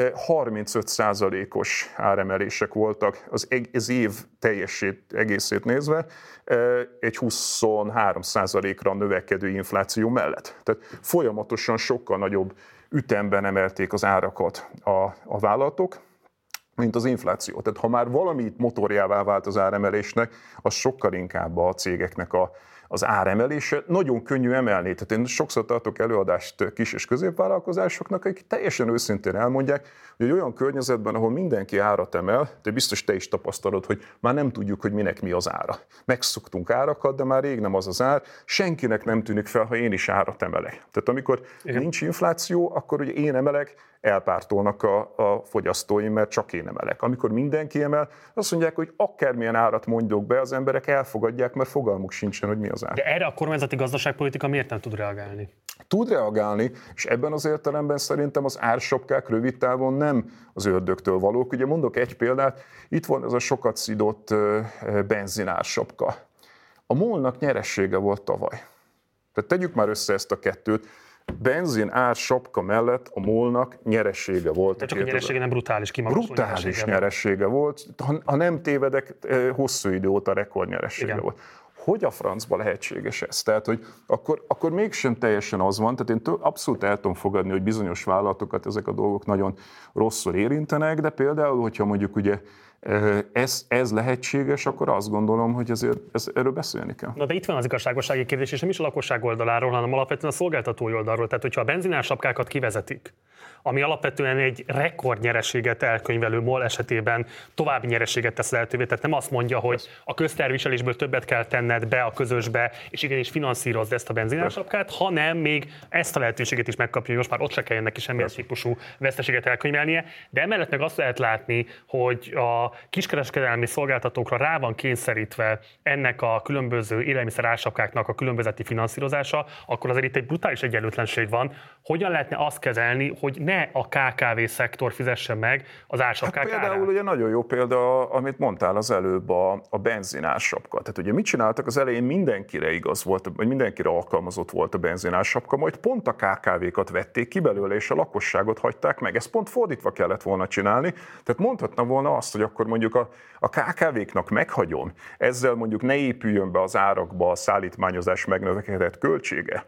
35%-os áremelések voltak az év egészét nézve, egy 23%-ra növekedő infláció mellett. Tehát folyamatosan sokkal nagyobb ütemben emelték az árakat a vállalatok, mint az infláció. Tehát ha már valami itt motorjává vált az áremelésnek, az sokkal inkább a cégeknek az áremelése. Nagyon könnyű emelni. Tehát én sokszor tartok előadást kis- és középvállalkozásoknak, akik teljesen őszintén elmondják, hogy olyan környezetben, ahol mindenki árat emel, de biztos te is tapasztalod, hogy már nem tudjuk, hogy minek mi az ára. Megszoktunk árakat, de már rég nem az az ár. Senkinek nem tűnik fel, ha én is árat emelek. Tehát amikor nincs infláció, akkor ugye én emelek, elpártolnak a fogyasztóim, mert csak én emelek. Amikor mindenki emel, azt mondják, hogy akármilyen árat mondjuk be, az emberek elfogadják, mert fogalmuk sincsen, hogy mi az ár. De erre a kormányzati gazdaságpolitika miért nem tud reagálni? Tud reagálni, és ebben az értelemben szerintem az ársapkák rövid távon nem az ördögtől valók. Ugye mondok egy példát, itt van ez a sokat szidott benzinársapka. A MOL-nak nyeressége volt tavaly. Tehát tegyük már össze ezt a kettőt. Benzin ár sapka mellett a MOL-nak nyeressége volt. De csak a nyeressége nem brutális, kimagasló brutális nyeressége volt. Ha nem tévedek, hosszú idő óta rekordnyeressége volt. Hogy a francba lehetséges ez? Tehát, hogy akkor mégsem teljesen az van, tehát én abszolút el tudom fogadni, hogy bizonyos vállalatokat ezek a dolgok nagyon rosszul érintenek, de például, hogyha mondjuk ugye ez lehetséges, akkor azt gondolom, hogy erről beszélni kell. Na de itt van az igazságossági kérdés, és nem is a lakosság oldaláról, hanem alapvetően a szolgáltatói oldalról. Tehát, hogyha a benzinársapkákat kivezetik, ami alapvetően egy rekordnyereséget elkönyvelő MOL esetében további nyereséget tesz lehetővé. Tehát nem azt mondja, hogy a közterviselésből többet kell tenned be a közösbe, és igenis finanszírozd ezt a benzinársapkát, hanem még ezt a lehetőséget is megkapja, hogy most már ott se kelljen neki semmilyen típusú veszteséget elkönyvelnie. De emellett meg azt lehet látni, hogy a kiskereskedelmi szolgáltatókra rá van kényszerítve ennek a különböző élelmiszer ársapkáknak a különbözeti finanszírozása, akkor azért itt egy brutális egyenlőtlenség van. Hogyan lehetne azt kezelni, hogy ne a KKV-szektor fizesse meg az ársapkák árát? Például ugye nagyon jó példa, amit mondtál az előbb, a benzinársapka. Tehát ugye mit csináltak az elején, mindenkire igaz volt, vagy mindenkire alkalmazott volt a benzinársapka, majd pont a KKV-kat vették ki belőle, és a lakosságot hagyták meg. Ezt pont fordítva kellett volna csinálni. Tehát mondhatna volna azt, hogy akkor mondjuk a KKV-knak meghagyom, ezzel mondjuk ne épüljön be az árakba a szállítmányozás megnövekedett költsége,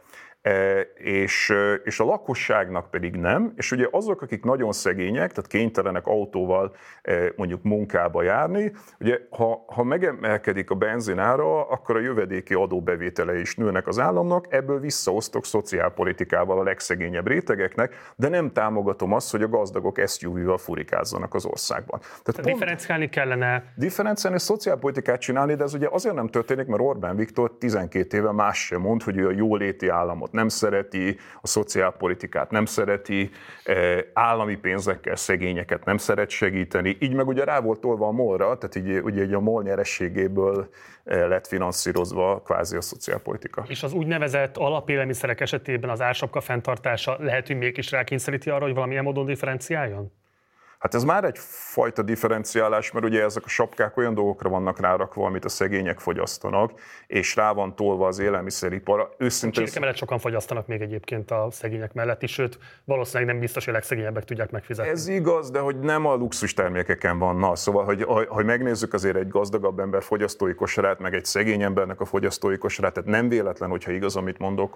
és a lakosságnak pedig nem, és ugye azok, akik nagyon szegények, tehát kénytelenek autóval mondjuk munkába járni, ugye ha megemelkedik a benzinára, akkor a jövedéki adóbevételei is nőnek az államnak, ebből visszaosztok szociálpolitikával a legszegényebb rétegeknek, de nem támogatom azt, hogy a gazdagok SUV-val furikázzanak az országban. Tehát differenciálni kellene. Differenciálni, szociálpolitikát csinálni, de ez ugye azért nem történik, mert Orbán Viktor 12 éve más sem mond, hogy ő a jóléti államot nem szereti, a szociálpolitikát nem szereti, állami pénzekkel szegényeket nem szeret segíteni. Így meg ugye rá volt tolva a MOL-ra, tehát így, ugye a MOL nyerességéből lett finanszírozva kvázi a szociálpolitika. És az úgynevezett alapélelmiszerek esetében az ársapka fenntartása lehet, hogy mégis rákényszeríti arra, hogy valamilyen módon differenciáljon? Hát ez már egyfajta differenciálás, mert ugye ezek a sapkák olyan dolgokra vannak rárakva, amit a szegények fogyasztanak, és rá van tolva az élelmiszeripar. Őszintén... Csirke mellett sokan fogyasztanak még egyébként a szegények mellett is, sőt, valószínűleg nem biztos, hogy a legszegényebbek tudják megfizetni. Ez igaz, de hogy nem a luxus termékeken van. Na, szóval, hogy megnézzük azért egy gazdagabb ember fogyasztói kosarát, meg egy szegény embernek a fogyasztói kosarát, tehát nem véletlen, hogyha igaz, amit mondok,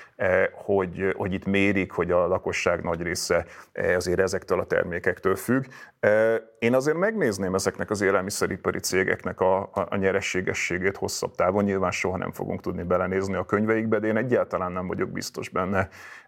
hogy itt mérik, hogy a lakosság nagy része azért ezektől a termékektől függ. Én azért megnézném ezeknek az élelmiszeripari cégeknek a nyerességességét hosszabb távon. Nyilván soha nem fogunk tudni belenézni a könyveikbe, de én egyáltalán nem vagyok biztos benne,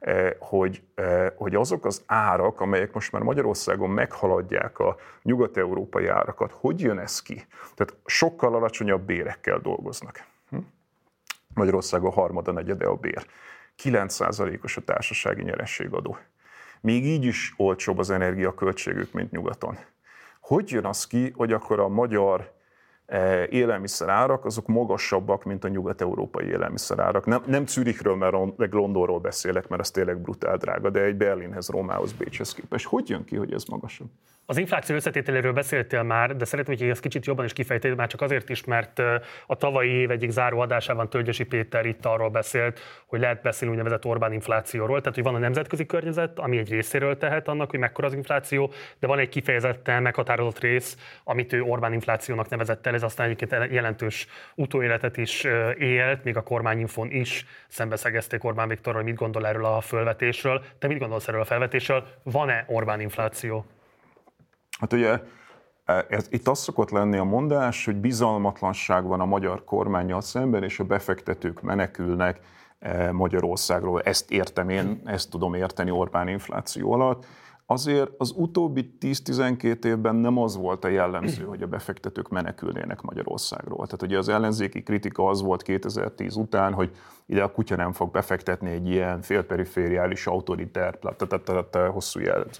hogy azok az árak, amelyek most már Magyarországon meghaladják a nyugat-európai árakat, hogy jön ez ki? Tehát sokkal alacsonyabb bérekkel dolgoznak. Magyarországon harmada, negyede a bér. 9%-os a társasági nyerességadó. Még így is olcsóbb az energiaköltségük, mint nyugaton. Hogy jön az ki, hogy akkor a magyar élelmiszerárak azok magasabbak, mint a nyugat-európai élelmiszerárak? Nem Zürichről, meg Londonról beszélek, mert az tényleg brutál drága, de egy Berlinhez, Rómához, Bécshez képest. Hogy jön ki, hogy ez magasabb? Az infláció összetételéről beszéltél már, de szeretném, hogy ezt kicsit jobban is kifejteni, már csak azért is, mert a tavalyi év egyik záró adásában Tölgyesi Péter itt arról beszélt, hogy lehet beszélni úgynevezett Orbán inflációról, tehát hogy van a nemzetközi környezet, ami egy részéről tehet annak, hogy mekkora az infláció, de van egy kifejezetten meghatározott rész, amit ő Orbán inflációnak nevezett el, ez aztán egyébként jelentős utóéletet is élt, még a kormányinfón is szembeszegezték Orbán Viktorral, hogy mit gondol erről a felvetésről. Te mit gondolsz erről a felvetésről? Van-e Orbán infláció? Hát ugye itt az szokott lenni a mondás, hogy bizalmatlanság van a magyar kormánnyal szemben, és a befektetők menekülnek Magyarországról. Ezt értem én, ezt tudom érteni Orbán infláció alatt. Azért az utóbbi 10-12 évben nem az volt a jellemző, hogy a befektetők menekülnének Magyarországról. Tehát ugye az ellenzéki kritika az volt 2010 után, hogy ide a kutya nem fog befektetni egy ilyen félperifériális autoriter, hosszú jellemző.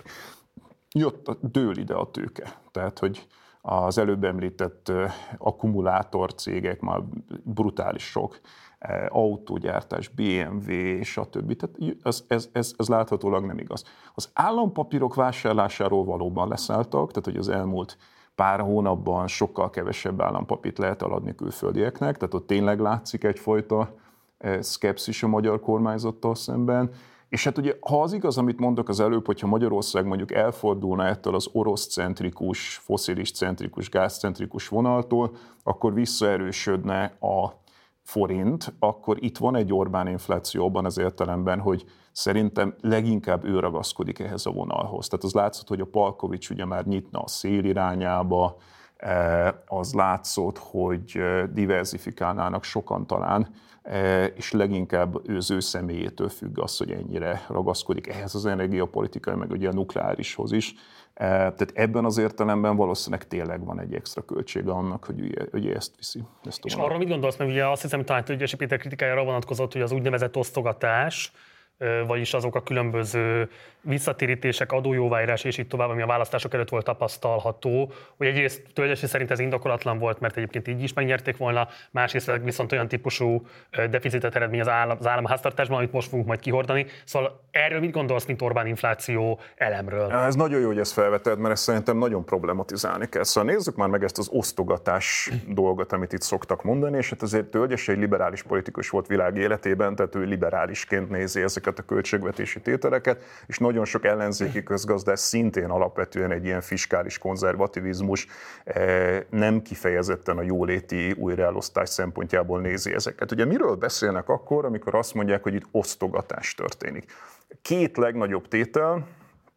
Dől ide a tőke. Tehát, hogy az előbb említett akkumulátorcégek már brutális sok, autógyártás, BMW, stb. Tehát ez láthatólag nem igaz. Az állampapírok vásárlásáról valóban leszálltak, tehát hogy az elmúlt pár hónapban sokkal kevesebb állampapírt lehet eladni külföldieknek, tehát ott tényleg látszik egyfajta szkepszis a magyar kormányzattal szemben. És hát ugye, ha az igaz, amit mondok az előbb, hogyha Magyarország mondjuk elfordulna ettől az orosz-centrikus, fosszilis-centrikus, gázcentrikus vonaltól, akkor visszaerősödne a forint, akkor itt van egy Orbán infláció abban az értelemben, hogy szerintem leginkább ő ragaszkodik ehhez a vonalhoz. Tehát az látszott, hogy a Palkovics ugye már nyitna a szél irányába, az látszott, hogy diverzifikálnának sokan talán, és leginkább az ő személyétől függ az, hogy ennyire ragaszkodik ehhez az energiapolitikai, meg ugye a nukleárishoz is. Tehát ebben az értelemben valószínűleg tényleg van egy extra költsége annak, hogy ezt viszi. És arról mit gondolsz, mert ugye azt hiszem, talán Tölgyesi Péter kritikájára vonatkozott, hogy az úgynevezett osztogatás, vagyis azok a különböző visszatérítések, adójóváírás és így tovább, ami a választások előtt volt tapasztalható, hogy egyrészt Tölgyesi szerint ez indokolatlan volt, mert egyébként így is megnyerték volna, másrészt viszont olyan típusú deficitet eredmény az államháztartásban, amit most fogunk majd kihordani. Szóval erről mit gondolsz, mint Orbán infláció elemről? Ez nagyon jó, hogy ezt felveted, mert ezt szerintem nagyon problematizálni kell. Szóval nézzük már meg ezt az osztogatás dolgot, amit itt szoktak mondani, és hát azért Tölgyesi egy liberális politikus volt világ életében, tehát ő liberálisként nézi ezeket a költségvetési tételeket, és nagyon sok ellenzéki közgazdász szintén alapvetően egy ilyen fiskális konzervativizmus, nem kifejezetten a jóléti újraelosztás szempontjából nézi ezeket. Ugye miről beszélnek akkor, amikor azt mondják, hogy itt osztogatás történik? Két legnagyobb tétel,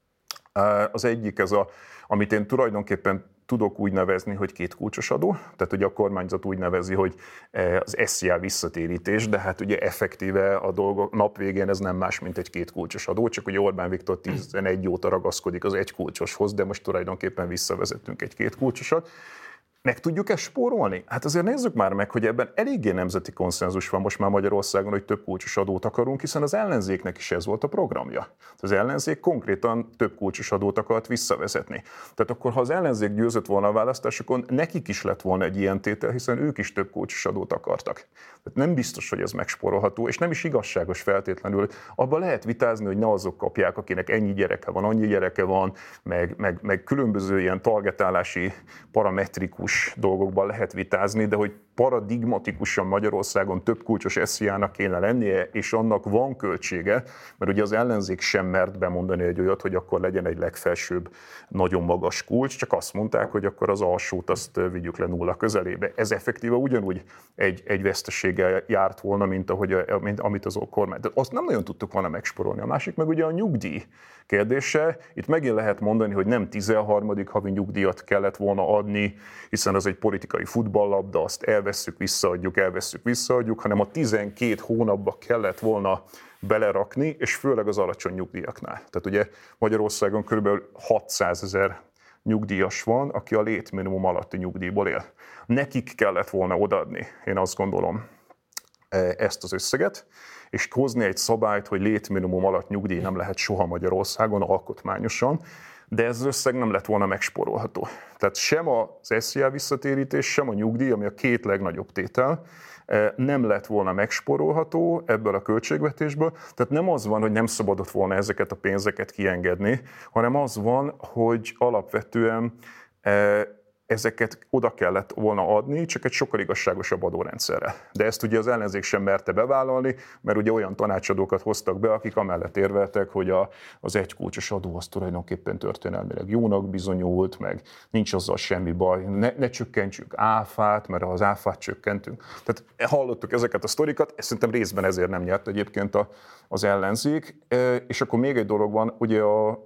az egyik ez amit én tulajdonképpen tudok úgy nevezni, hogy két kulcsos adó, tehát ugye a kormányzat úgy nevezi, hogy az SZIA visszatérítés, de hát ugye effektíve a dolgok nap végén ez nem más, mint egy két kulcsos adó, csak ugye Orbán Viktor 11 óta ragaszkodik az egy kulcsoshoz, de most tulajdonképpen visszavezettünk egy két kulcsosat. Meg tudjuk ezt spórolni? Hát azért nézzük már meg, hogy ebben eléggé nemzeti konszenzus van most már Magyarországon, hogy több kulcsos adót akarunk, hiszen az ellenzéknek is ez volt a programja. Az ellenzék konkrétan több kulcsos adót akart visszavezetni. Tehát akkor, ha az ellenzék győzött volna a választásokon, nekik is lett volna egy ilyen tétel, hiszen ők is több kulcsos adót akartak. Tehát nem biztos, hogy ez megspórolható, és nem is igazságos feltétlenül. Abban lehet vitázni, hogy ne azok kapják, akinek ennyi gyereke van, annyi gyereke van, meg különböző ilyen targetálási parametrikus dolgokban lehet vitázni, de hogy paradigmatikusan Magyarországon több kulcsos SZIA-nak kéne lennie, és annak van költsége, mert ugye az ellenzék sem mert bemondani egy olyat, hogy akkor legyen egy legfelsőbb, nagyon magas kulcs, csak azt mondták, hogy akkor az alsót azt vigyük le nulla közelébe. Ez effektíve ugyanúgy egy veszteséggel járt volna, mint amit az kormány. De azt nem nagyon tudtuk volna megsporolni. A másik meg ugye a nyugdíj kérdése. Itt megint lehet mondani, hogy nem 13. havi nyugdíjat kellett volna adni, hiszen az egy politikai futballlabda, azt elvesszük, visszaadjuk, hanem a 12 hónapba kellett volna belerakni, és főleg az alacsony nyugdíjaknál. Tehát ugye Magyarországon kb. 600 000 nyugdíjas van, aki a létminimum alatti nyugdíjból él. Nekik kellett volna odaadni, én azt gondolom, ezt az összeget, és hozni egy szabályt, hogy létminimum alatt nyugdíj nem lehet soha Magyarországon alkotmányosan, de ez az összeg nem lett volna megspórolható. Tehát sem az SZIA visszatérítés, sem a nyugdíj, ami a két legnagyobb tétel, nem lett volna megspórolható ebből a költségvetésből. Tehát nem az van, hogy nem szabadott volna ezeket a pénzeket kiengedni, hanem az van, hogy alapvetően ezeket oda kellett volna adni, csak egy sokkal igazságosabb adórendszerre. De ezt ugye az ellenzék sem merte bevállalni, mert ugye olyan tanácsadókat hoztak be, akik amellett érveltek, hogy az egykulcsos adó az tulajdonképpen történelmileg jónak bizonyult, meg nincs azzal semmi baj, ne csökkentsük áfát, mert az áfát csökkentünk. Tehát hallottuk ezeket a sztorikat, ezt szerintem részben ezért nem nyert egyébként az ellenzék. És akkor még egy dolog van, ugye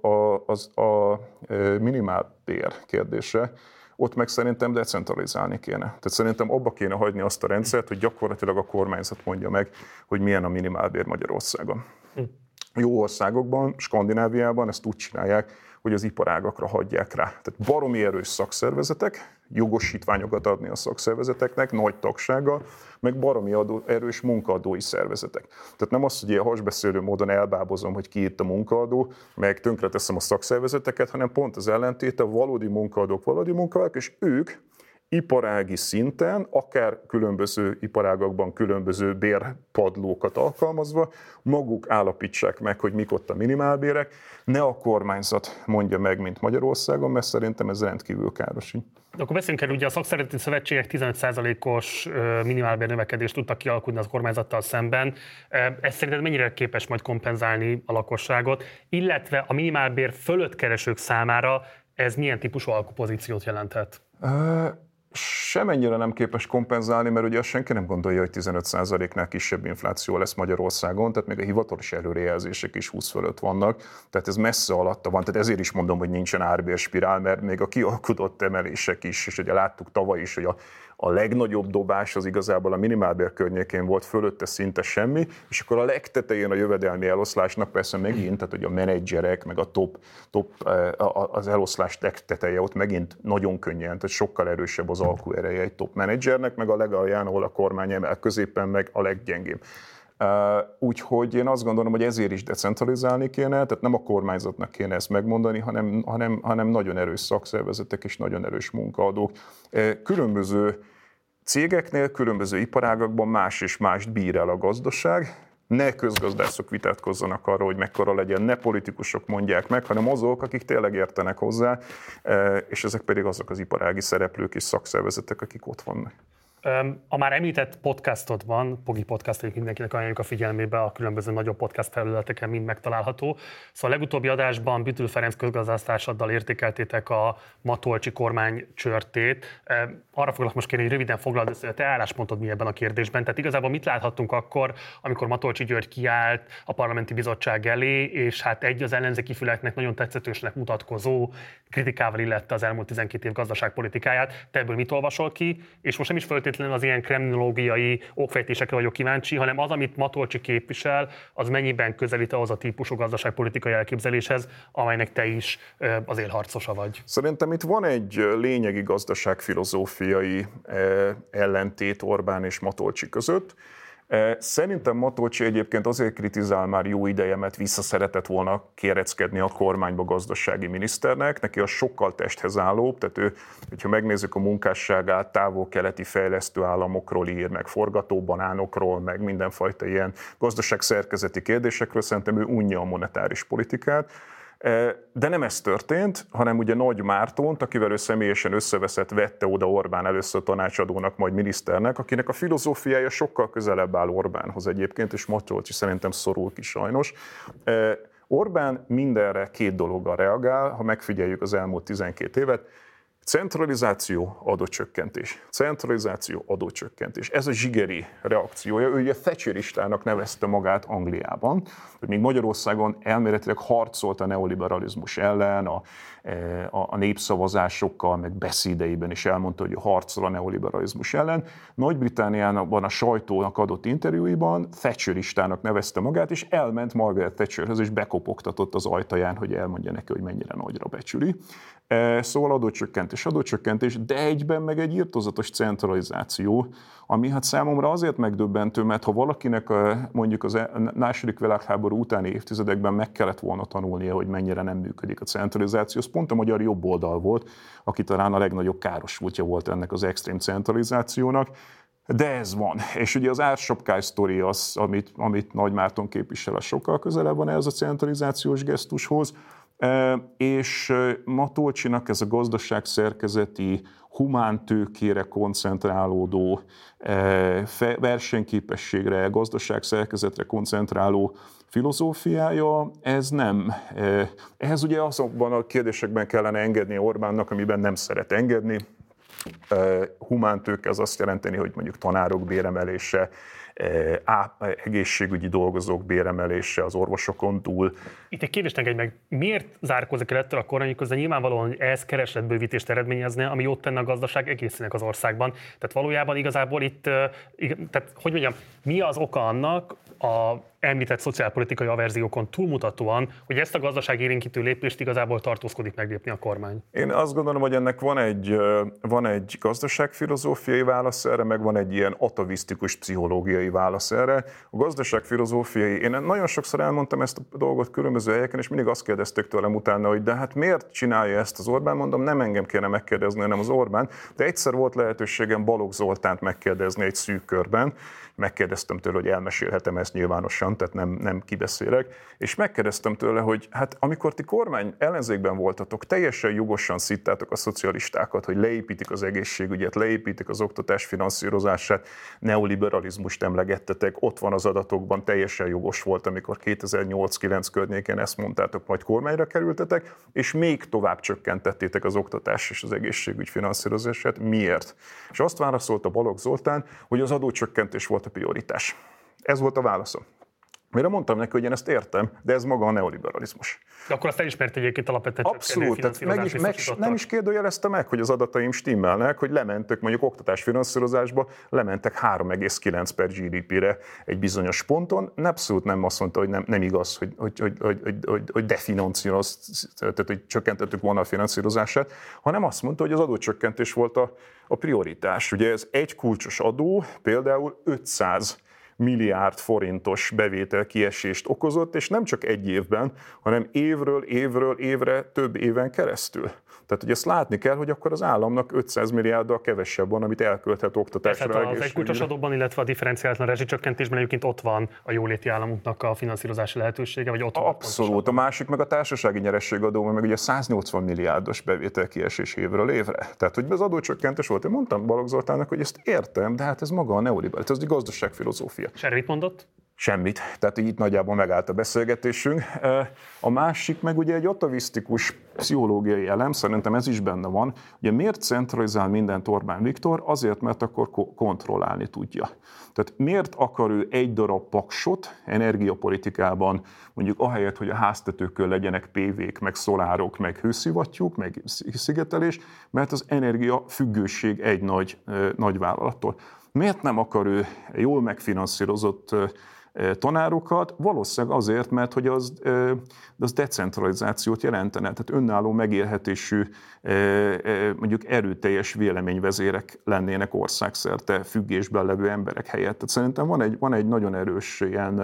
a minimálbér kérdése, ott meg szerintem decentralizálni kéne. Tehát szerintem abba kéne hagyni azt a rendszert, hogy gyakorlatilag a kormányzat mondja meg, hogy milyen a minimálbér Magyarországon. Jó országokban, Skandináviában ezt úgy csinálják, hogy az iparágakra hagyják rá. Tehát baromi erős szakszervezetek, jogosítványokat adni a szakszervezeteknek, nagy tagsággal, meg baromi erős munkaadói szervezetek. Tehát nem az, hogy ilyen hasbeszélő módon elbábozom, hogy ki itt a munkaadó, meg tönkreteszem a szakszervezeteket, hanem pont az ellentéte, valódi munkaadók, valódi munkavállalók, és ők iparági szinten, akár különböző iparágakban különböző bérpadlókat alkalmazva, maguk állapítsák meg, hogy mik ott a minimálbérek, ne a kormányzat mondja meg, mint Magyarországon, mert szerintem ez rendkívül káros. De akkor beszéljünk el, ugye a szakszervezeti szövetségek 15%-os minimálbér növekedést tudtak kialakulni az kormányzattal szemben. Ez szerinted mennyire képes majd kompenzálni a lakosságot, illetve a minimálbér fölött keresők számára ez milyen típusú alkupozíciót jelenthet? Semennyire nem képes kompenzálni, mert ugye azt senki nem gondolja, hogy 15%-nál kisebb infláció lesz Magyarországon, tehát még a hivatalos előrejelzések is 20 fölött vannak, tehát ez messze alatta van, tehát ezért is mondom, hogy nincsen árbérspirál, mert még a kialkudott emelések is, és ugye láttuk tavaly is, hogy a legnagyobb dobás az igazából a minimálbér környékén volt, fölötte szinte semmi, és akkor a legtetején a jövedelmi eloszlásnak persze megint, tehát hogy a menedzserek, meg a top az eloszlás legteteje ott megint nagyon könnyen, tehát sokkal erősebb az alkuereje egy top menedzsernek, meg a legalján, ahol a kormány emel, középen meg a leggyengébb. Úgyhogy én azt gondolom, hogy ezért is decentralizálni kéne, tehát nem a kormányzatnak kéne ezt megmondani, hanem nagyon erős szakszervezetek és nagyon erős munkaadók. Különböző cégeknél, különböző iparágakban más és mást bír el a gazdaság. Ne közgazdászok vitatkozzanak arról, hogy mekkora legyen, ne politikusok mondják meg, hanem azok, akik tényleg értenek hozzá, és ezek pedig azok az iparági szereplők és szakszervezetek, akik ott vannak. A már említett podcastodban, Pogi Podcast, egyébként mindenkinek ajánljuk a figyelmébe, a különböző nagyobb podcast felületeken mind megtalálható. Szóval a legutóbbi adásban Bütül Ferenc közgazdászdal értékeltétek a Matolcsy kormány csörtét. Arra foglak most kérni, hogy röviden foglald össze, hogy a te álláspontod mi ebben a kérdésben. Tehát igazából mit láthattunk akkor, amikor Matolcsy György kiállt a parlamenti bizottság elé, és hát az ellenzéki füleknek nagyon tetszetősnek mutatkozó kritikával illette az elmúlt 12 év gazdaságpolitikáját. Te ebből mit olvasol ki? És most nem is feltétlenül az ilyen kriminologiai okfejtésekre vagyok kíváncsi, hanem az, amit Matolcsy képvisel, az mennyiben közelít ahhoz a típusú gazdaságpolitikai elképzeléshez, amelynek te is az élharcosa vagy. Szerintem itt van egy lényegi gazdaságfilozófiai ellentét Orbán és Matolcsy között. Szerintem Matolcsy egyébként azért kritizál már jó ideje, mert visszaszeretett volna kéreckedni a kormányba gazdasági miniszternek. Neki az sokkal testhez állóbb, tehát ő, hogyha megnézzük a munkásságát, távol-keleti fejlesztő államokról ír, meg forgatóbanánokról, meg mindenfajta ilyen gazdaságszerkezeti kérdésekről, szerintem ő unja a monetáris politikát. De nem ez történt, hanem ugye Nagy Mártont, akivel ő személyesen összeveszett, vette oda Orbán először tanácsadónak, majd miniszternek, akinek a filozófiája sokkal közelebb áll Orbánhoz egyébként, és Matolcsy szerintem szorul ki sajnos. Orbán mindenre két dologgal reagál, ha megfigyeljük az elmúlt 12 évet. Centralizáció, adócsökkentés. Centralizáció, adócsökkentés. Ez a zsigeri reakciója. Ő ugye thatcheristának nevezte magát Angliában, hogy még Magyarországon elméletileg harcolt a neoliberalizmus ellen, a népszavazásokkal, meg beszédeiben is elmondta, hogy harcol a neoliberalizmus ellen. Nagy-Britanniában a sajtónak adott interjúiban thatcheristának nevezte magát, és elment Margaret Thatcherhez, és bekopogtatott az ajtaján, hogy elmondja neki, hogy mennyire nagyra becsüli. Szóval adócsökkentés, de egyben meg egy irtózatos centralizáció, ami hát számomra azért megdöbbentő, mert ha valakinek mondjuk az második világháború utáni évtizedekben meg kellett volna tanulnia, hogy mennyire nem működik a centralizáció, az pont a magyar jobboldal volt, aki talán a legnagyobb károsultja volt ennek az extrém centralizációnak. De ez van. És ugye az ársapkály sztori az, amit Nagy Márton képvisel, az sokkal közelebb van ehhez a centralizációs gesztushoz, és Matolcsinak ez a gazdaságszerkezeti, humántőkére koncentrálódó, versenyképességre, gazdaságszerkezetre koncentráló filozófiája, ez nem. Ehhez ugye azokban a kérdésekben kellene engedni Orbánnak, amiben nem szeret engedni. Humántőke az azt jelenteni, hogy mondjuk tanárok béremelése, egészségügyi dolgozók béremelése az orvosokon túl. Itt egy kérdést engedj meg, miért zárkózik el ettől a kormány, közben nyilvánvalóan, hogy ez keresletbővítést eredményezne, ami jót tenne a gazdaság egészének az országban. Tehát valójában igazából itt, tehát hogy mondjam, mi az oka annak a említett szociálpolitikai averziókon túlmutatóan, hogy ezt a gazdaságélénkítő lépést igazából tartózkodik meglépni a kormány? Én azt gondolom, hogy ennek van egy gazdaságfilozófiai válasz erre, meg van egy ilyen atavisztikus pszichológiai válasz erre. A gazdaságfilozófiai, én nagyon sokszor elmondtam ezt a dolgot különböző helyeken, és mindig azt kérdezték tőlem utána, hogy de hát miért csinálja ezt az Orbán? Mondom, nem engem kéne megkérdezni, hanem az Orbán, de egyszer volt lehetőségem Balogh Zoltánt megkérdezni egy szűk körben. Megkérdeztem tőle, hogy elmesélhetem ezt nyilvánosan, tehát nem kibeszélek, és megkérdeztem tőle, hogy hát amikor ti kormány ellenzékben voltatok, teljesen jogosan szittátok a szocialistákat, hogy leépítik az egészségügyet, leépítik az oktatás finanszírozását, neoliberalizmust emlegettetek, ott van az adatokban, teljesen jogos volt, amikor 2008-9 környékén ezt mondtátok, majd kormányra kerültetek, és még tovább csökkentettétek az oktatás és az egészségügy finanszírozását. Miért? És azt válaszolta Balogh Zoltán, hogy az adócsökkentés volt a prioritás. Ez volt a válaszom. Mire mondtam neki, hogy én ezt értem, de ez maga a neoliberalizmus. De akkor azt elismert egyébként alapvetően abszolút, tehát nem is kérdőjelezte meg, hogy az adataim stimmelnek, hogy lementek mondjuk oktatásfinanszírozásba, lementek 3,9 per GDP-re egy bizonyos ponton. Abszolút nem azt mondta, hogy nem igaz, hogy tehát hogy csökkentettük volna a finanszírozását, hanem azt mondta, hogy az adócsökkentés volt a prioritás. Ugye ez egy kulcsos adó, például 500 milliárd forintos bevétel kiesést okozott, és nem csak egy évben, hanem évről évre több éven keresztül. Tehát, hogy ezt látni kell, hogy akkor az államnak 500 milliárddal kevesebb van, amit elkölthet oktatásra. Tehát az egykulcsos adóban, illetve a differenciálatlan rezsicsökkentésben egyébként ott van a jóléti államunknak a finanszírozási lehetősége, vagy ott van. Abszolút. A másik meg a társasági nyerességadó, meg ugye 180 milliárdos bevétel kiesés évről évre. Tehát, hogy az adócsökkentés volt. Én mondtam Balogh Zoltánnak, hogy ezt értem, de hát ez maga a neoliberalizmus, ez egy gazdaságfilozófia. És erre mit mondott? Semmit. Tehát így nagyjából megállt a beszélgetésünk. A másik meg ugye egy atavisztikus pszichológiai elem, szerintem ez is benne van. Ugye miért centralizál mindent Orbán Viktor? Azért, mert akkor kontrollálni tudja. Tehát miért akar ő egy darab paksot energiapolitikában, mondjuk ahelyett, hogy a háztetőkön legyenek PV-k, meg szolárok, meg hőszivattyúk, meg szigetelés, mert az energiafüggőség egy nagy vállalattól. Miért nem akar ő jól megfinanszírozott tanárokat? Valószínűleg azért, mert hogy az decentralizációt jelentene, tehát önálló megélhetésű, mondjuk erőteljes véleményvezérek lennének országszerte függésben levő emberek helyett. Tehát szerintem van egy nagyon erős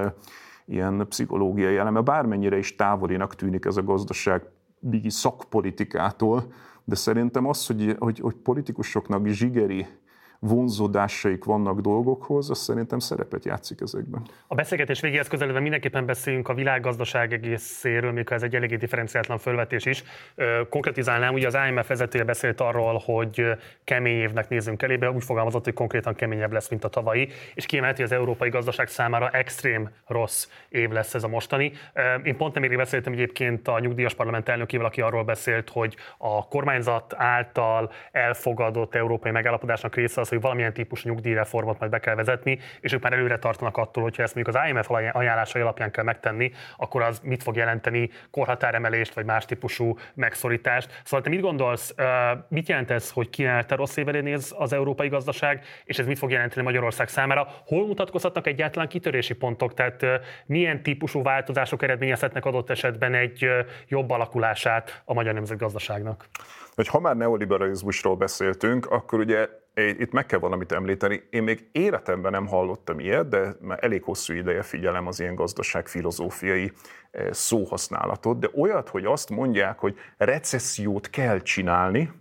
ilyen pszichológiai eleme, bármennyire is távolinak tűnik ez a gazdaság szakpolitikától, de szerintem az, hogy politikusoknak zsigeri vonzódásaik vannak dolgokhoz, az szerintem szerepet játszik ezekben. A beszélgetés végéhez közeledve mindenképpen beszéljünk a világgazdaság egészéről, mikor ez egy eléggé differenciátlan fölvetés is. Konkretizálnám, ugye az IMF vezetője beszélt arról, hogy kemény évnek nézünk elébe, úgy fogalmazott, hogy konkrétan keményebb lesz, mint a tavalyi, és kiemelti, hogy az európai gazdaság számára extrém rossz év lesz ez a mostani. Én pont nemrég beszéltem egyébként a nyugdíjas parlament elnökével, aki arról beszélt, hogy a kormányzat által elfogadott európai megállapodásnak része az, hogy valamilyen típusú nyugdíjreformot majd be kell vezetni, és ők már előre tartanak attól, hogyha ezt mondjuk az IMF ajánlásai alapján kell megtenni, akkor az mit fog jelenteni, korhatáremelést vagy más típusú megszorítást. Szóval te mit gondolsz, mit jelent ez, hogy kiemelte rossz év elé néz az európai gazdaság, és ez mit fog jelenteni Magyarország számára? Hol mutatkozhatnak egyáltalán kitörési pontok? Tehát milyen típusú változások eredményezhetnek adott esetben egy jobb alakulását a magyar nemzetgazdaságnak? Ha már neoliberalizmusról beszéltünk, akkor ugye itt meg kell valamit említeni. Én még életemben nem hallottam ilyet, de már elég hosszú ideje figyelem az ilyen gazdaságfilozófiai szóhasználatot, de olyat, hogy azt mondják, hogy recessziót kell csinálni,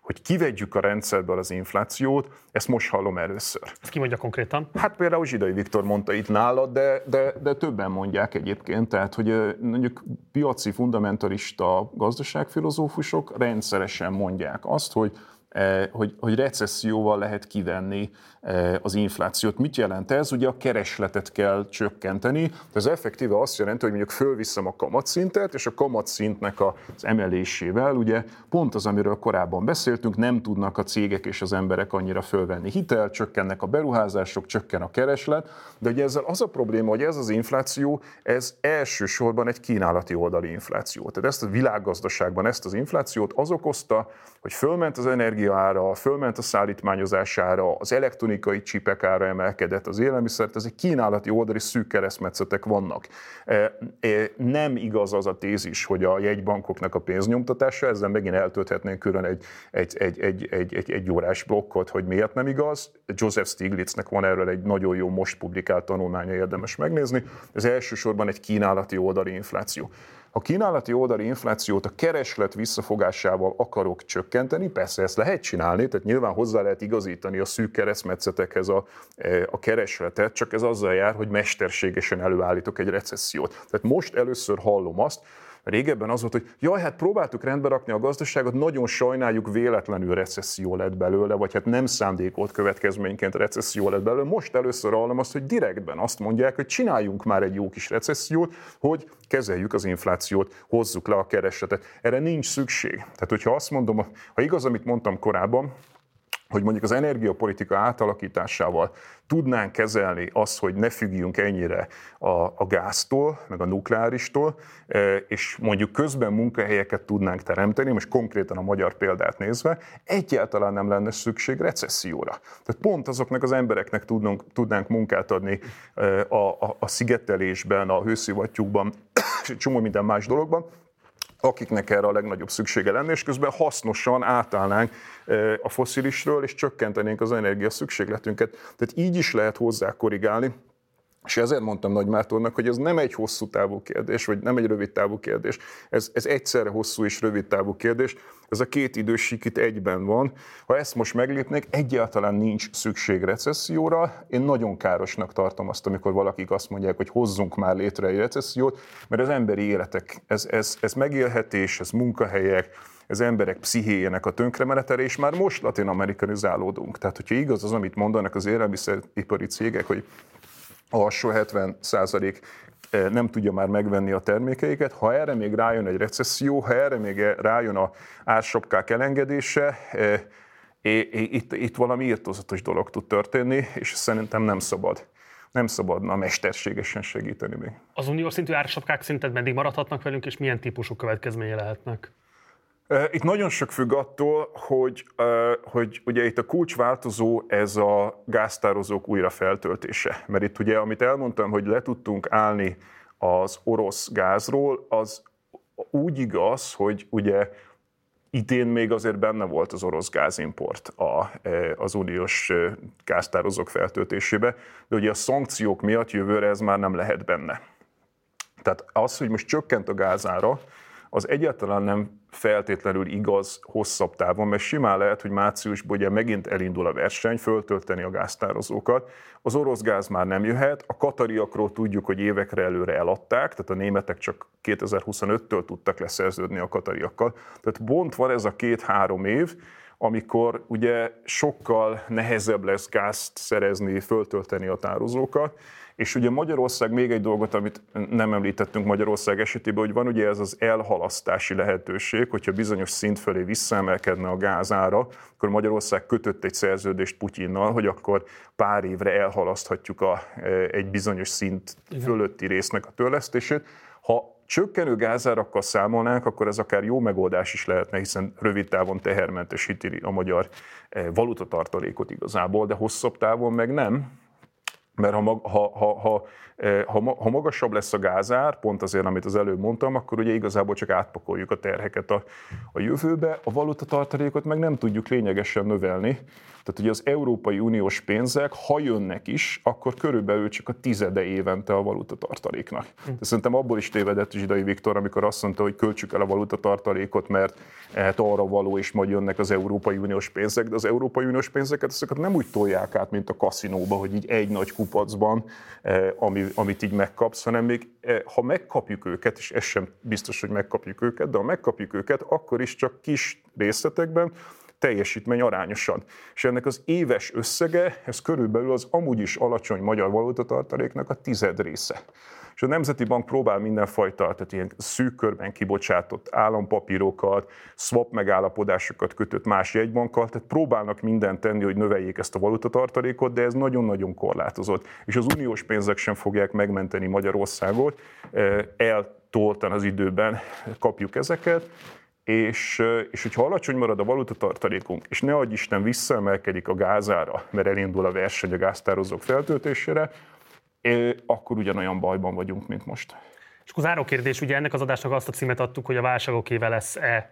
hogy kivegyük a rendszerből az inflációt, ezt most hallom először. Ezt ki mondja konkrétan? Hát például Zsidai Viktor mondta itt nálad, de többen mondják egyébként, tehát hogy mondjuk piaci fundamentalista gazdaságfilozófusok rendszeresen mondják azt, hogy recesszióval lehet kivenni az inflációt. Mit jelent ez? Ugye a keresletet kell csökkenteni. Ez effektíve azt jelenti, hogy mondjuk fölviszem a kamatszintet, és a kamatszintnek az emelésével, ugye pont az, amiről korábban beszéltünk, nem tudnak a cégek és az emberek annyira fölvenni hitelt, csökkennek a beruházások, csökken a kereslet, de ugye ezzel az a probléma, hogy ez az infláció, ez elsősorban egy kínálati oldali infláció. Tehát ezt a világgazdaságban ezt az inflációt az okozta, hogy fölment az energiaára, fölment a szállítmányozás ára, az elektronikai csipek ára emelkedett, az élelmiszert, ez egy kínálati oldali szűk keresztmetszetek vannak. Nem igaz az a tézis, hogy a jegybankoknak a pénznyomtatása, ezzel megint eltölthetnénk külön egy órás blokkot, hogy miért nem igaz. Joseph Stiglitznek van erről egy nagyon jó most publikált tanulmánya, érdemes megnézni. Ez elsősorban egy kínálati oldali infláció. A kínálati oldali inflációt a kereslet visszafogásával akarok csökkenteni, persze ezt lehet csinálni, tehát nyilván hozzá lehet igazítani a szűk keresztmetszetekhez a keresletet, csak ez azzal jár, hogy mesterségesen előállítok egy recessziót. Tehát most először hallom azt, régebben az volt, hogy jaj, hát próbáltuk rendbe rakni a gazdaságot, nagyon sajnáljuk, véletlenül recesszió lett belőle, vagy hát nem szándékolt következményként recesszió lett belőle. Most először hallom azt, hogy direktben azt mondják, hogy csináljunk már egy jó kis recessziót, hogy kezeljük az inflációt, hozzuk le a keresletet. Erre nincs szükség. Tehát, hogyha azt mondom, ha igaz, amit mondtam korábban, hogy mondjuk az energiapolitika átalakításával tudnánk kezelni azt, hogy ne függjünk ennyire a gáztól, meg a nukleáristól, és mondjuk közben munkahelyeket tudnánk teremteni, most konkrétan a magyar példát nézve, egyáltalán nem lenne szükség recesszióra. Tehát pont azoknak az embereknek tudnánk munkát adni a szigetelésben, a hőszivattyúkban, és egy csomó minden más dologban, akiknek erre a legnagyobb szüksége lenne, és közben hasznosan átállnánk a fosszilisről, és csökkentenénk az energia szükségletünket. Tehát így is lehet hozzá korrigálni, és ezért mondtam Nagy Mártonnak, hogy ez nem egy hosszú távú kérdés, vagy nem egy rövid távú kérdés, ez egyszerre hosszú és rövid távú kérdés, ez a két idősík itt egyben van. Ha ezt most meglépnék, egyáltalán nincs szükség recesszióra. Én nagyon károsnak tartom azt, amikor valakik azt mondják, hogy hozzunk már létre egy recessziót, mert az emberi életek, ez megélhetés, ez munkahelyek, ez emberek pszichéjének a tönkremenetele, és már most latin-amerikanizálódunk. Tehát, hogyha igaz az, amit mondanak az élelmiszeripari cégek, hogy a alsó 70% nem tudja már megvenni a termékeiket. Ha erre még rájön egy recesszió, ha erre még rájön az ársapkák elengedése, itt valami irtózatos dolog tud történni, és szerintem nem szabadna mesterségesen segíteni még. Az uniós szintű ársapkák szerinted meddig maradhatnak velünk, és milyen típusú következménye lehetnek? Itt nagyon sok függ attól, hogy ugye itt a kulcsváltozó ez a gáztározók újrafeltöltése. Mert itt ugye, amit elmondtam, hogy le tudtunk állni az orosz gázról, az úgy igaz, hogy ugye idén még azért benne volt az orosz gázimport az uniós gáztározók feltöltésébe, de ugye a szankciók miatt jövőre ez már nem lehet benne. Tehát az, hogy most csökkent a gázára, az egyáltalán nem feltétlenül igaz hosszabb távon, mert simán lehet, hogy márciusban ugye megint elindul a verseny, föltölteni a gáztározókat. Az orosz gáz már nem jöhet, a katariakról tudjuk, hogy évekre előre eladták, tehát a németek csak 2025-től tudtak leszerződni a katariakkal. Tehát pont van ez a 2-3 év, amikor ugye sokkal nehezebb lesz gázt szerezni, föltölteni a tározókat. És ugye Magyarország, még egy dolgot, amit nem említettünk Magyarország esetében, hogy van ugye ez az elhalasztási lehetőség, hogyha bizonyos szint fölé visszaemelkedne a gázára, akkor Magyarország kötött egy szerződést Putyinnal, hogy akkor pár évre elhalaszthatjuk egy bizonyos szint fölötti résznek a törlesztését. Ha csökkenő gázárakkal számolnánk, akkor ez akár jó megoldás is lehetne, hiszen rövid távon tehermentesíti a magyar valutatartalékot igazából, de hosszabb távon meg nem. Mert ha magasabb lesz a gázár, pont azért, amit az előbb mondtam, akkor ugye igazából csak átpakoljuk a terheket a jövőbe, a valutatartalékot meg nem tudjuk lényegesen növelni. Tehát ugye az Európai Uniós pénzek, ha jönnek is, akkor körülbelül csak a 10 évente a valutatartaléknak. De szerintem abból is tévedett Zsidai Viktor, amikor azt mondta, hogy költsük el a valutatartalékot, mert arra való, és majd jönnek az Európai Uniós pénzek, de az Európai Uniós pénzeket ezeket nem úgy tolják át, mint a kaszinóba, hogy így egy nagy kupacban, amit így megkapsz, hanem még ha megkapjuk őket, és ez sem biztos, hogy megkapjuk őket, de ha megkapjuk őket, akkor is csak kis részletekben, teljesítmény arányosan. És ennek az éves összege, ez körülbelül az amúgy is alacsony magyar valutatartaléknak a 10 része. És a Nemzeti Bank próbál mindenfajta, tehát ilyen szűk körben kibocsátott állampapírokat, swap megállapodásokat kötött más jegybankkal, tehát próbálnak mindent tenni, hogy növeljék ezt a valutatartalékot, de ez nagyon-nagyon korlátozott. És az uniós pénzek sem fogják megmenteni Magyarországot, eltoltan az időben kapjuk ezeket, és hogyha alacsony marad a valutatartalékunk, és ne adj Isten visszaemelkedik a gázára, mert elindul a verseny a gáztározók feltöltésére, akkor ugyanolyan bajban vagyunk, mint most. És akkor záró kérdés, ugye ennek az adásnak azt a címet adtuk, hogy a válságok éve lesz-e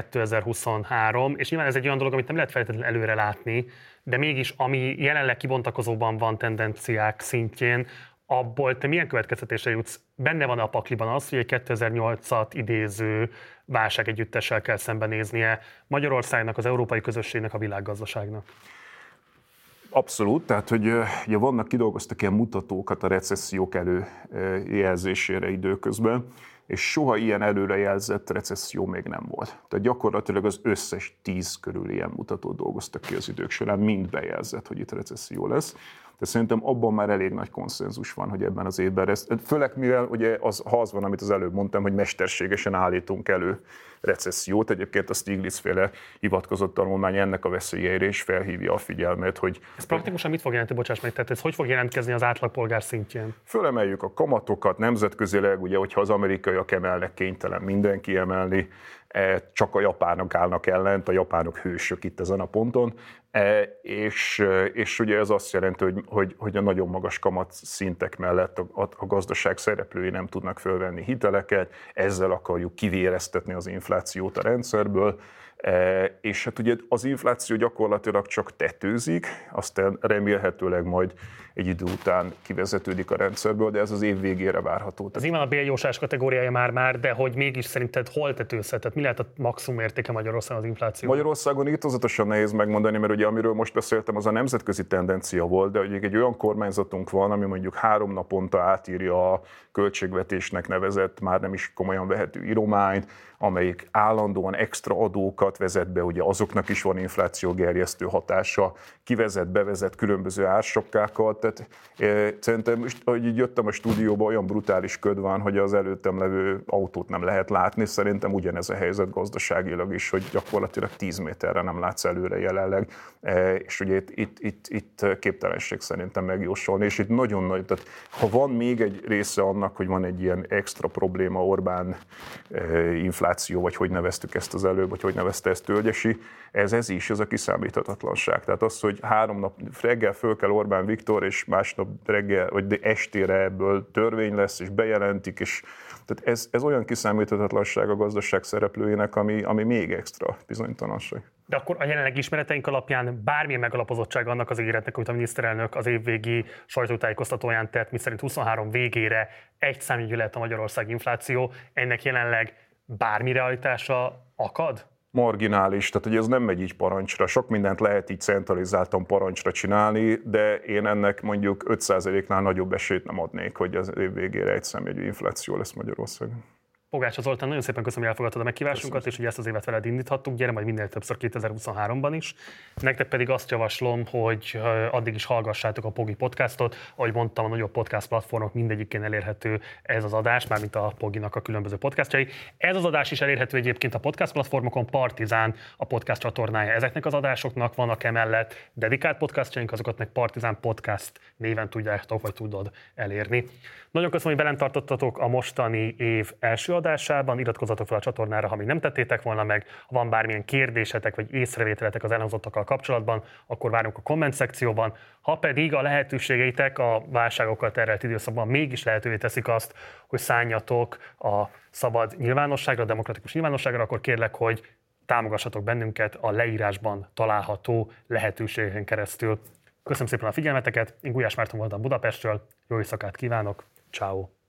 2023, és nyilván ez egy olyan dolog, amit nem lehet feltétlenül előre látni, de mégis ami jelenleg kibontakozóban van tendenciák szintjén, abból te milyen következtetésre jutsz? Benne van a pakliban az, hogy egy 2008-at idéző válságegyüttessel kell szembenéznie Magyarországnak, az európai közösségnek, a világgazdaságnak? Abszolút, tehát hogy ugye vannak, kidolgoztak ilyen mutatókat a recessziók előjelzésére időközben, és soha ilyen előrejelzett recesszió még nem volt. Tehát gyakorlatilag az összes 10 körül ilyen mutatót dolgoztak ki az idők során, mind bejelzett, hogy itt recesszió lesz. De szerintem abban már elég nagy konszenzus van, hogy ebben az évben lesz. Főleg mivel ugye ha az van, amit az előbb mondtam, hogy mesterségesen állítunk elő recessziót. Egyébként a Stiglitz-féle hivatkozott tanulmány ennek a veszélyeire is felhívja a figyelmet, hogy... Ez praktikusan mit fog jelenteni, bocsáss meg, tehát ez hogy fog jelentkezni az átlagpolgár szintjén? Fölemeljük a kamatokat nemzetközileg, ugye, hogyha az amerikaiak emelnek, kénytelen mindenki emelni, csak a japánok állnak ellent, a japánok hősök itt ezen a ponton, és ugye ez azt jelenti, hogy a nagyon magas kamat szintek mellett a gazdaság szereplői nem tudnak fölvenni hiteleket, ezzel akarjuk kivéreztetni az inflációt a rendszerből, és hát ugye az infláció gyakorlatilag csak tetőzik, aztán remélhetőleg majd egy idő után kivezetődik a rendszerből, de ez az év végére várható. Ez nyilván a béljósás kategóriája már, de hogy mégis szerinted hol tetőzhet? Mi lehet a maximum értéke Magyarországon az infláció? Magyarországon irtózatosan nehéz megmondani, mert ugye amiről most beszéltem, az a nemzetközi tendencia volt, de ugye egy olyan kormányzatunk van, ami mondjuk 3 naponta átírja a költségvetésnek nevezett, már nem is komolyan vehető írományt, amelyik állandóan extra adókat vezet be, ugye azoknak is van inflációgerjesztő hatása, bevezet különböző ársapkákat. Tehát szerintem, ahogy így jöttem a stúdióba, olyan brutális köd van, hogy az előttem levő autót nem lehet látni. Szerintem ugyanez a helyzet gazdaságilag is, hogy gyakorlatilag 10 méterre nem látsz előre jelenleg, és ugye itt képtelenség szerintem megjósolni, és itt nagyon nagy, tehát ha van még egy része annak, hogy van egy ilyen extra probléma, Orbán infláció, vagy hogy neveztük ezt az előbb, vagy hogy nevezte ezt Tölgyesi, ez is, ez a kiszámíthatatlanság. Tehát az, hogy 3 nap reggel föl kell Orbán Viktor, és másnap reggel, vagy estére ebből törvény lesz, és bejelentik, és tehát ez olyan kiszámíthatatlanság a gazdaság szereplőinek, ami még extra bizonytalanság. De akkor a jelenlegi ismereteink alapján bármilyen megalapozottság annak az ígéretnek, amit a miniszterelnök az évvégi sajtótájékoztatóján tett, miszerint 23 végére egy számjegyű lehet a Magyarország infláció, ennek jelenleg bármi realitása akad? Marginális, tehát hogy ez nem megy így parancsra. Sok mindent lehet így centralizáltan parancsra csinálni, de én ennek mondjuk 5%-nál nagyobb esélyt nem adnék, hogy az év végére egy számjegyű infláció lesz Magyarországon. Pogácsa Zoltán, nagyon szépen köszönöm, hogy elfogadtad a meghívásunkat, és hogy ezt az évet veled indíthattuk. Gyere majd minél többször 2023-ban is. Nektek pedig azt javaslom, hogy addig is hallgassátok a Pogi podcastot. Ahogy mondtam, a nagyobb podcast platformok mindegyikén elérhető ez az adás, mármint a Poginak a különböző podcastjai. Ez az adás is elérhető egyébként a podcast platformokon, Partizán a podcast csatornája ezeknek az adásoknak, vannak emellett dedikált podcastjaink, azokat meg Partizán Podcast néven tudjátok, vagy tudod elérni. Nagyon köszönöm, hogy velem tartottatok a mostani év első adásában, iratkozzatok fel a csatornára, ha még nem tettétek volna meg, ha van bármilyen kérdésetek vagy észrevételetek az elhangzottakkal kapcsolatban, akkor várunk a komment szekcióban, ha pedig a lehetőségeitek a válságokkal terhelt időszakban mégis lehetővé teszik azt, hogy szálljatok a szabad nyilvánosságra, a demokratikus nyilvánosságra, akkor kérlek, hogy támogassatok bennünket a leírásban található lehetőségeken keresztül. Köszönöm szépen a figyelmeteket, én Gulyás Márton voltam Budapestről, jó éjszakát kívánok, ciao.